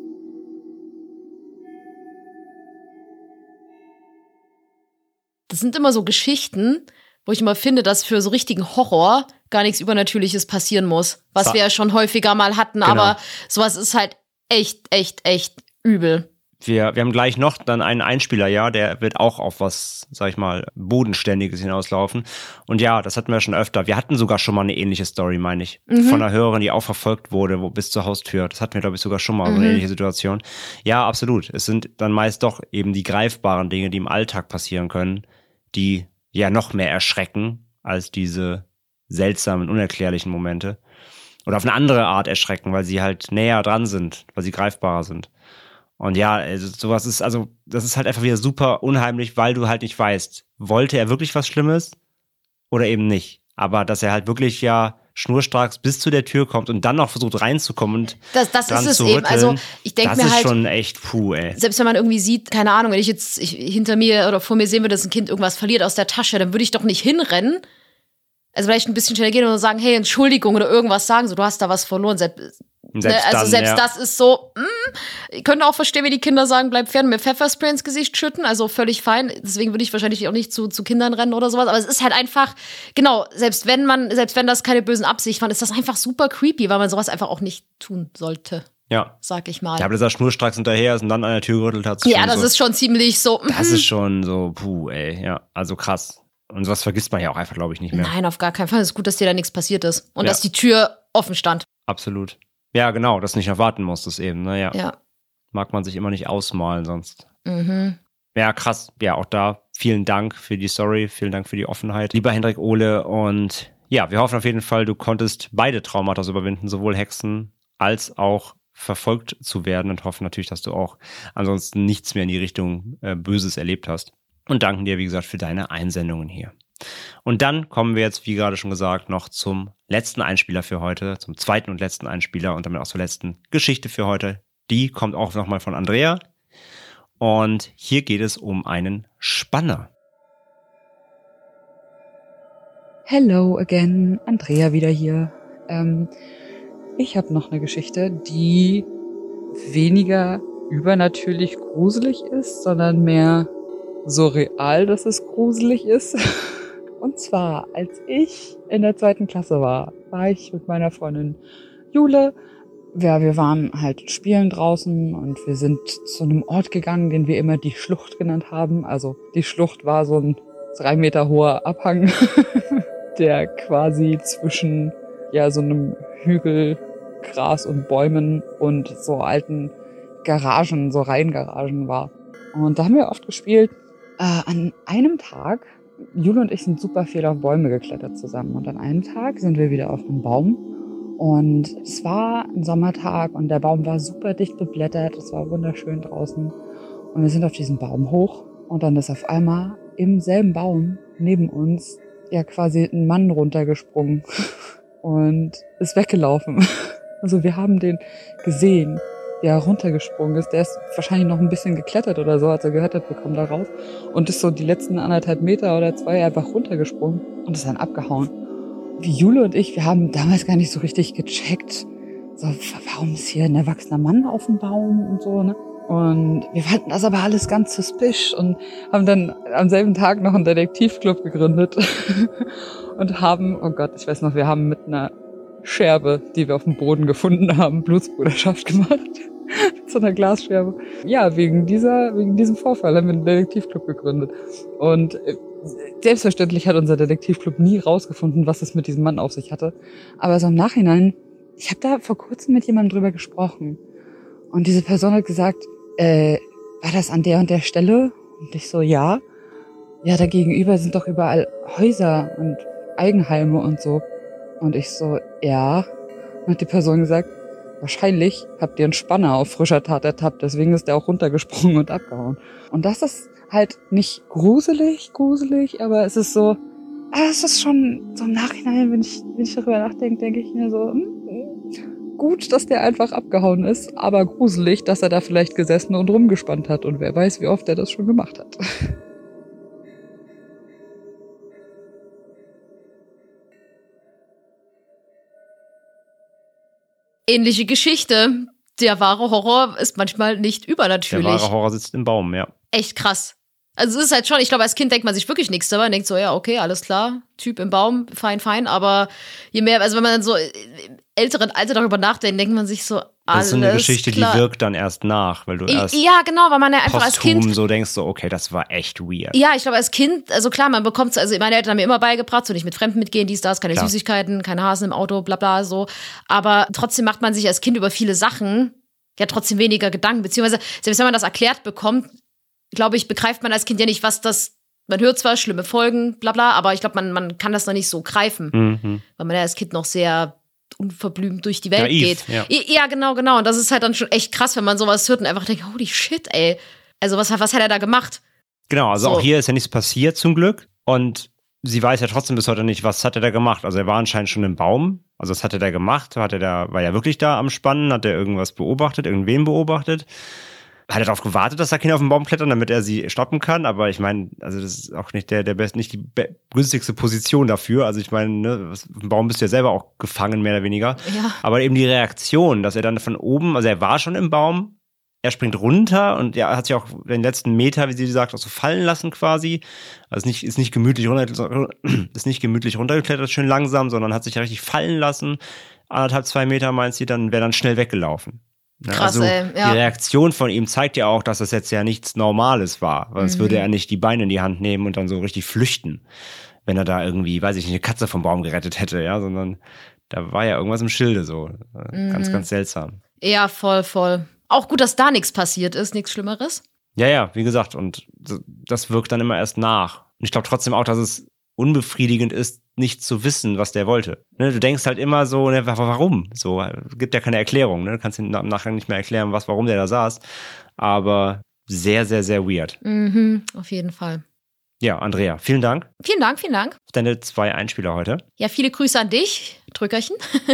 Das sind immer so Geschichten, wo ich immer finde, dass für so richtigen Horror gar nichts Übernatürliches passieren muss. Was wir ja schon häufiger mal hatten, Genau. aber sowas ist halt echt übel. Wir haben gleich noch dann einen Einspieler, ja, der wird auch auf was, sag ich mal, Bodenständiges hinauslaufen. Und ja, das hatten wir schon öfter. Wir hatten sogar schon mal eine ähnliche Story, meine ich. Von einer Hörerin, die auch verfolgt wurde, bis zur Haustür. Das hatten wir, glaube ich, sogar schon mal, so eine ähnliche Situation. Ja, absolut. Es sind dann meist doch eben die greifbaren Dinge, die im Alltag passieren können, die ja noch mehr erschrecken als diese seltsamen, unerklärlichen Momente. Oder auf eine andere Art erschrecken, weil sie halt näher dran sind, weil sie greifbarer sind. Und ja, also das ist halt einfach wieder super unheimlich, weil du halt nicht weißt, wollte er wirklich was Schlimmes oder eben nicht. Aber dass er halt wirklich ja schnurstracks bis zu der Tür kommt und dann noch versucht reinzukommen und Das ist es eben. Also ich denke mir das halt, ist schon echt puh, ey. selbst wenn man irgendwie sieht, keine Ahnung, wenn ich hinter mir oder vor mir sehen würde, dass ein Kind irgendwas verliert aus der Tasche, dann würde ich doch nicht hinrennen. Also vielleicht ein bisschen schneller gehen und sagen, hey, Entschuldigung oder irgendwas sagen, so, du hast da was verloren. Selbst das ist so, ich könnte auch verstehen, wie die Kinder sagen, bleib fern, mir Pfefferspray ins Gesicht schütten, also völlig fein. Deswegen würde ich wahrscheinlich auch nicht zu Kindern rennen oder sowas. Aber es ist halt einfach, genau, selbst wenn das keine bösen Absichten waren, ist das einfach super creepy, weil man sowas einfach auch nicht tun sollte. Ja. Sag ich mal. Ja, aber dass er schnurstracks hinterher ist und dann an der Tür gerüttelt hat. Ja, das ist schon ziemlich so. Das ist schon so, puh, ey, ja, also krass. Und sowas vergisst man ja auch einfach, glaube ich, nicht mehr. Nein, auf gar keinen Fall. Es ist gut, dass dir da nichts passiert ist. Und Ja. dass die Tür offen stand. Absolut. Ja, genau, dass du nicht noch warten musstest eben, naja. Ja. Mag man sich immer nicht ausmalen sonst. Mhm. Ja, krass. Ja, auch da vielen Dank für die Story, vielen Dank für die Offenheit. Lieber Hendrik Ohle, und ja, wir hoffen auf jeden Fall, du konntest beide Traumata überwinden, sowohl Hexen als auch verfolgt zu werden, und hoffen natürlich, dass du auch ansonsten nichts mehr in die Richtung Böses erlebt hast. Und danken dir, wie gesagt, für deine Einsendungen hier. Und dann kommen wir jetzt, wie gerade schon gesagt, noch zum letzten Einspieler für heute, zum zweiten und letzten Einspieler und damit auch zur letzten Geschichte für heute. Die kommt auch nochmal von Andrea. Und hier geht es um einen Spanner. Hello again, Andrea wieder hier. Ich habe noch eine Geschichte, die weniger übernatürlich gruselig ist, sondern mehr so real, dass es gruselig ist. Und zwar, als ich in der 2. Klasse war ich mit meiner Freundin Jule. Ja, wir waren halt spielen draußen und wir sind zu einem Ort gegangen, den wir immer die Schlucht genannt haben. Also die Schlucht war so ein 3 Meter hoher Abhang, der quasi zwischen so einem Hügel, Gras und Bäumen und so alten Garagen, so Reihengaragen war. Und da haben wir oft gespielt. An einem Tag, Jule und ich sind super viel auf Bäume geklettert zusammen. Und an einem Tag sind wir wieder auf einem Baum. Und es war ein Sommertag und der Baum war super dicht beblättert. Es war wunderschön draußen. Und wir sind auf diesen Baum hoch. Und dann ist auf einmal im selben Baum neben uns quasi ein Mann runtergesprungen und ist weggelaufen. Also wir haben den gesehen, wie er runtergesprungen ist. Der ist wahrscheinlich noch ein bisschen geklettert oder so, als er gehört hat, wir kommen da raus. Und ist so die letzten 1,5 Meter oder 2 einfach runtergesprungen und ist dann abgehauen. Wie Jule und ich, wir haben damals gar nicht so richtig gecheckt, so, warum ist hier ein erwachsener Mann auf dem Baum und so, ne? Und wir fanden das aber alles ganz suspicious und haben dann am selben Tag noch einen Detektivclub gegründet und haben, oh Gott, ich weiß noch, wir haben mit einer Scherbe, die wir auf dem Boden gefunden haben, Blutsbruderschaft gemacht. Mit so einer Glasscherbe. Ja, wegen diesem Vorfall haben wir einen Detektivclub gegründet. Und selbstverständlich hat unser Detektivclub nie rausgefunden, was es mit diesem Mann auf sich hatte. Aber so im Nachhinein, ich habe da vor kurzem mit jemandem drüber gesprochen. Und diese Person hat gesagt, war das an der und der Stelle? Und ich so, ja. Ja, da gegenüber sind doch überall Häuser und Eigenheime und so. Und ich so, ja. Und hat die Person gesagt, wahrscheinlich habt ihr einen Spanner auf frischer Tat ertappt, deswegen ist der auch runtergesprungen und abgehauen. Und das ist halt nicht gruselig, aber es ist so, es ist schon so im Nachhinein, wenn ich darüber nachdenke, denke ich mir so, gut, dass der einfach abgehauen ist, aber gruselig, dass er da vielleicht gesessen und rumgespannt hat und wer weiß, wie oft er das schon gemacht hat. Ähnliche Geschichte. Der wahre Horror ist manchmal nicht übernatürlich. Der wahre Horror sitzt im Baum, ja. Echt krass. Also es ist halt schon, ich glaube, als Kind denkt man sich wirklich nichts dabei. Man denkt so, ja, okay, alles klar, Typ im Baum, fein. Aber je mehr, also wenn man dann so im älteren Alter darüber nachdenkt, denkt man sich so, alles klar. Das ist so eine Geschichte, die wirkt dann erst nach, weil du erst ja, genau, weil man ja einfach als Kind so denkst, so, okay, das war echt weird. Ja, ich glaube, als Kind, also klar, man bekommt also meine Eltern haben mir immer beigebracht, so nicht mit Fremden mitgehen, dies, das, keine Süßigkeiten, keine Hasen im Auto, bla bla, so. Aber trotzdem macht man sich als Kind über viele Sachen ja trotzdem weniger Gedanken, beziehungsweise selbst wenn man das erklärt bekommt, glaube ich, begreift man als Kind ja nicht, was das, man hört zwar schlimme Folgen, bla bla, aber ich glaube, man kann das noch nicht so greifen, weil man ja als Kind noch sehr unverblümt durch die Welt naiv, geht. Ja, genau. Und das ist halt dann schon echt krass, wenn man sowas hört und einfach denkt, holy shit, ey. Also was hat er da gemacht? Genau, also so. Auch hier ist ja nichts passiert zum Glück. Und sie weiß ja trotzdem bis heute nicht, was hat er da gemacht. Also er war anscheinend schon im Baum. Also was hat er da gemacht? War er wirklich da am Spannen? Hat er irgendwas beobachtet? Irgendwen beobachtet? Hat er darauf gewartet, dass da Kinder auf den Baum klettern, damit er sie stoppen kann? Aber ich meine, also das ist auch nicht nicht die günstigste Position dafür. Also ich meine, ne, auf dem Baum bist du ja selber auch gefangen, mehr oder weniger. Ja. Aber eben die Reaktion, dass er dann von oben, also er war schon im Baum, er springt runter und er hat sich auch den letzten Meter, wie sie sagt, auch so fallen lassen quasi. Also ist nicht gemütlich runtergeklettert, schön langsam, sondern hat sich ja richtig fallen lassen. 1,5, 2 Meter, meint sie, dann wäre dann schnell weggelaufen. Krass, also ey, ja. Die Reaktion von ihm zeigt ja auch, dass das jetzt ja nichts Normales war. Sonst würde er nicht die Beine in die Hand nehmen und dann so richtig flüchten, wenn er da irgendwie, weiß ich nicht, eine Katze vom Baum gerettet hätte, ja, sondern da war ja irgendwas im Schilde so. Ganz, ganz seltsam. Ja, voll. Auch gut, dass da nichts passiert ist, nichts Schlimmeres. Ja, wie gesagt, und das wirkt dann immer erst nach. Und ich glaube trotzdem auch, dass es unbefriedigend ist, nicht zu wissen, was der wollte. Ne, du denkst halt immer so, ne, warum? So, gibt ja keine Erklärung. Ne? Du kannst im Nachgang nicht mehr erklären, warum der da saß. Aber sehr, sehr, sehr weird. Auf jeden Fall. Ja, Andrea, vielen Dank. Vielen Dank. Deine 2 Einspieler heute. Ja, viele Grüße an dich, Drückerchen.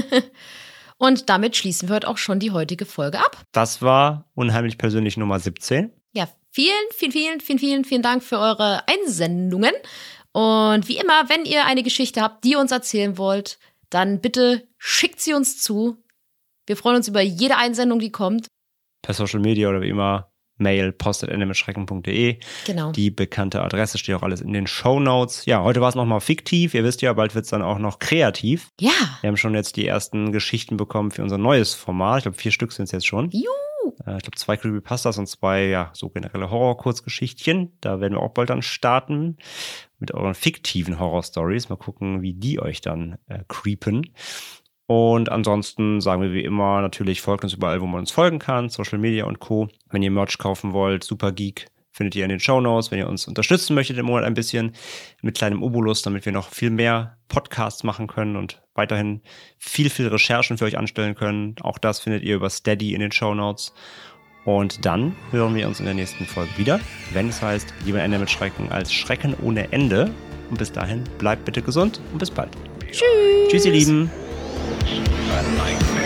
Und damit schließen wir heute auch schon die heutige Folge ab. Das war Unheimlich Persönlich Nummer 17. Ja, vielen Dank für eure Einsendungen. Und wie immer, wenn ihr eine Geschichte habt, die ihr uns erzählen wollt, dann bitte schickt sie uns zu. Wir freuen uns über jede Einsendung, die kommt. Per Social Media oder wie immer, Mail, post@endemitschrecken.de. Genau. Die bekannte Adresse steht auch alles in den Shownotes. Ja, heute war es nochmal fiktiv. Ihr wisst ja, bald wird es dann auch noch kreativ. Ja. Wir haben schon jetzt die ersten Geschichten bekommen für unser neues Format. Ich glaube, 4 Stück sind es jetzt schon. Juhu. Ich glaube, 2 Creepypastas und 2, so generelle Horror-Kurzgeschichtchen. Da werden wir auch bald dann starten mit euren fiktiven Horror-Stories. Mal gucken, wie die euch dann creepen. Und ansonsten sagen wir wie immer, natürlich folgt uns überall, wo man uns folgen kann, Social Media und Co. Wenn ihr Merch kaufen wollt, Supergeek findet ihr in den Shownotes. Wenn ihr uns unterstützen möchtet im Monat ein bisschen mit kleinem Obolus, damit wir noch viel mehr Podcasts machen können und weiterhin viel Recherchen für euch anstellen können. Auch das findet ihr über Steady in den Shownotes. Und dann hören wir uns in der nächsten Folge wieder, wenn es heißt, lieber Ende mit Schrecken als Schrecken ohne Ende. Und bis dahin, bleibt bitte gesund und bis bald. Tschüss. Tschüss, ihr Lieben. A nightmare.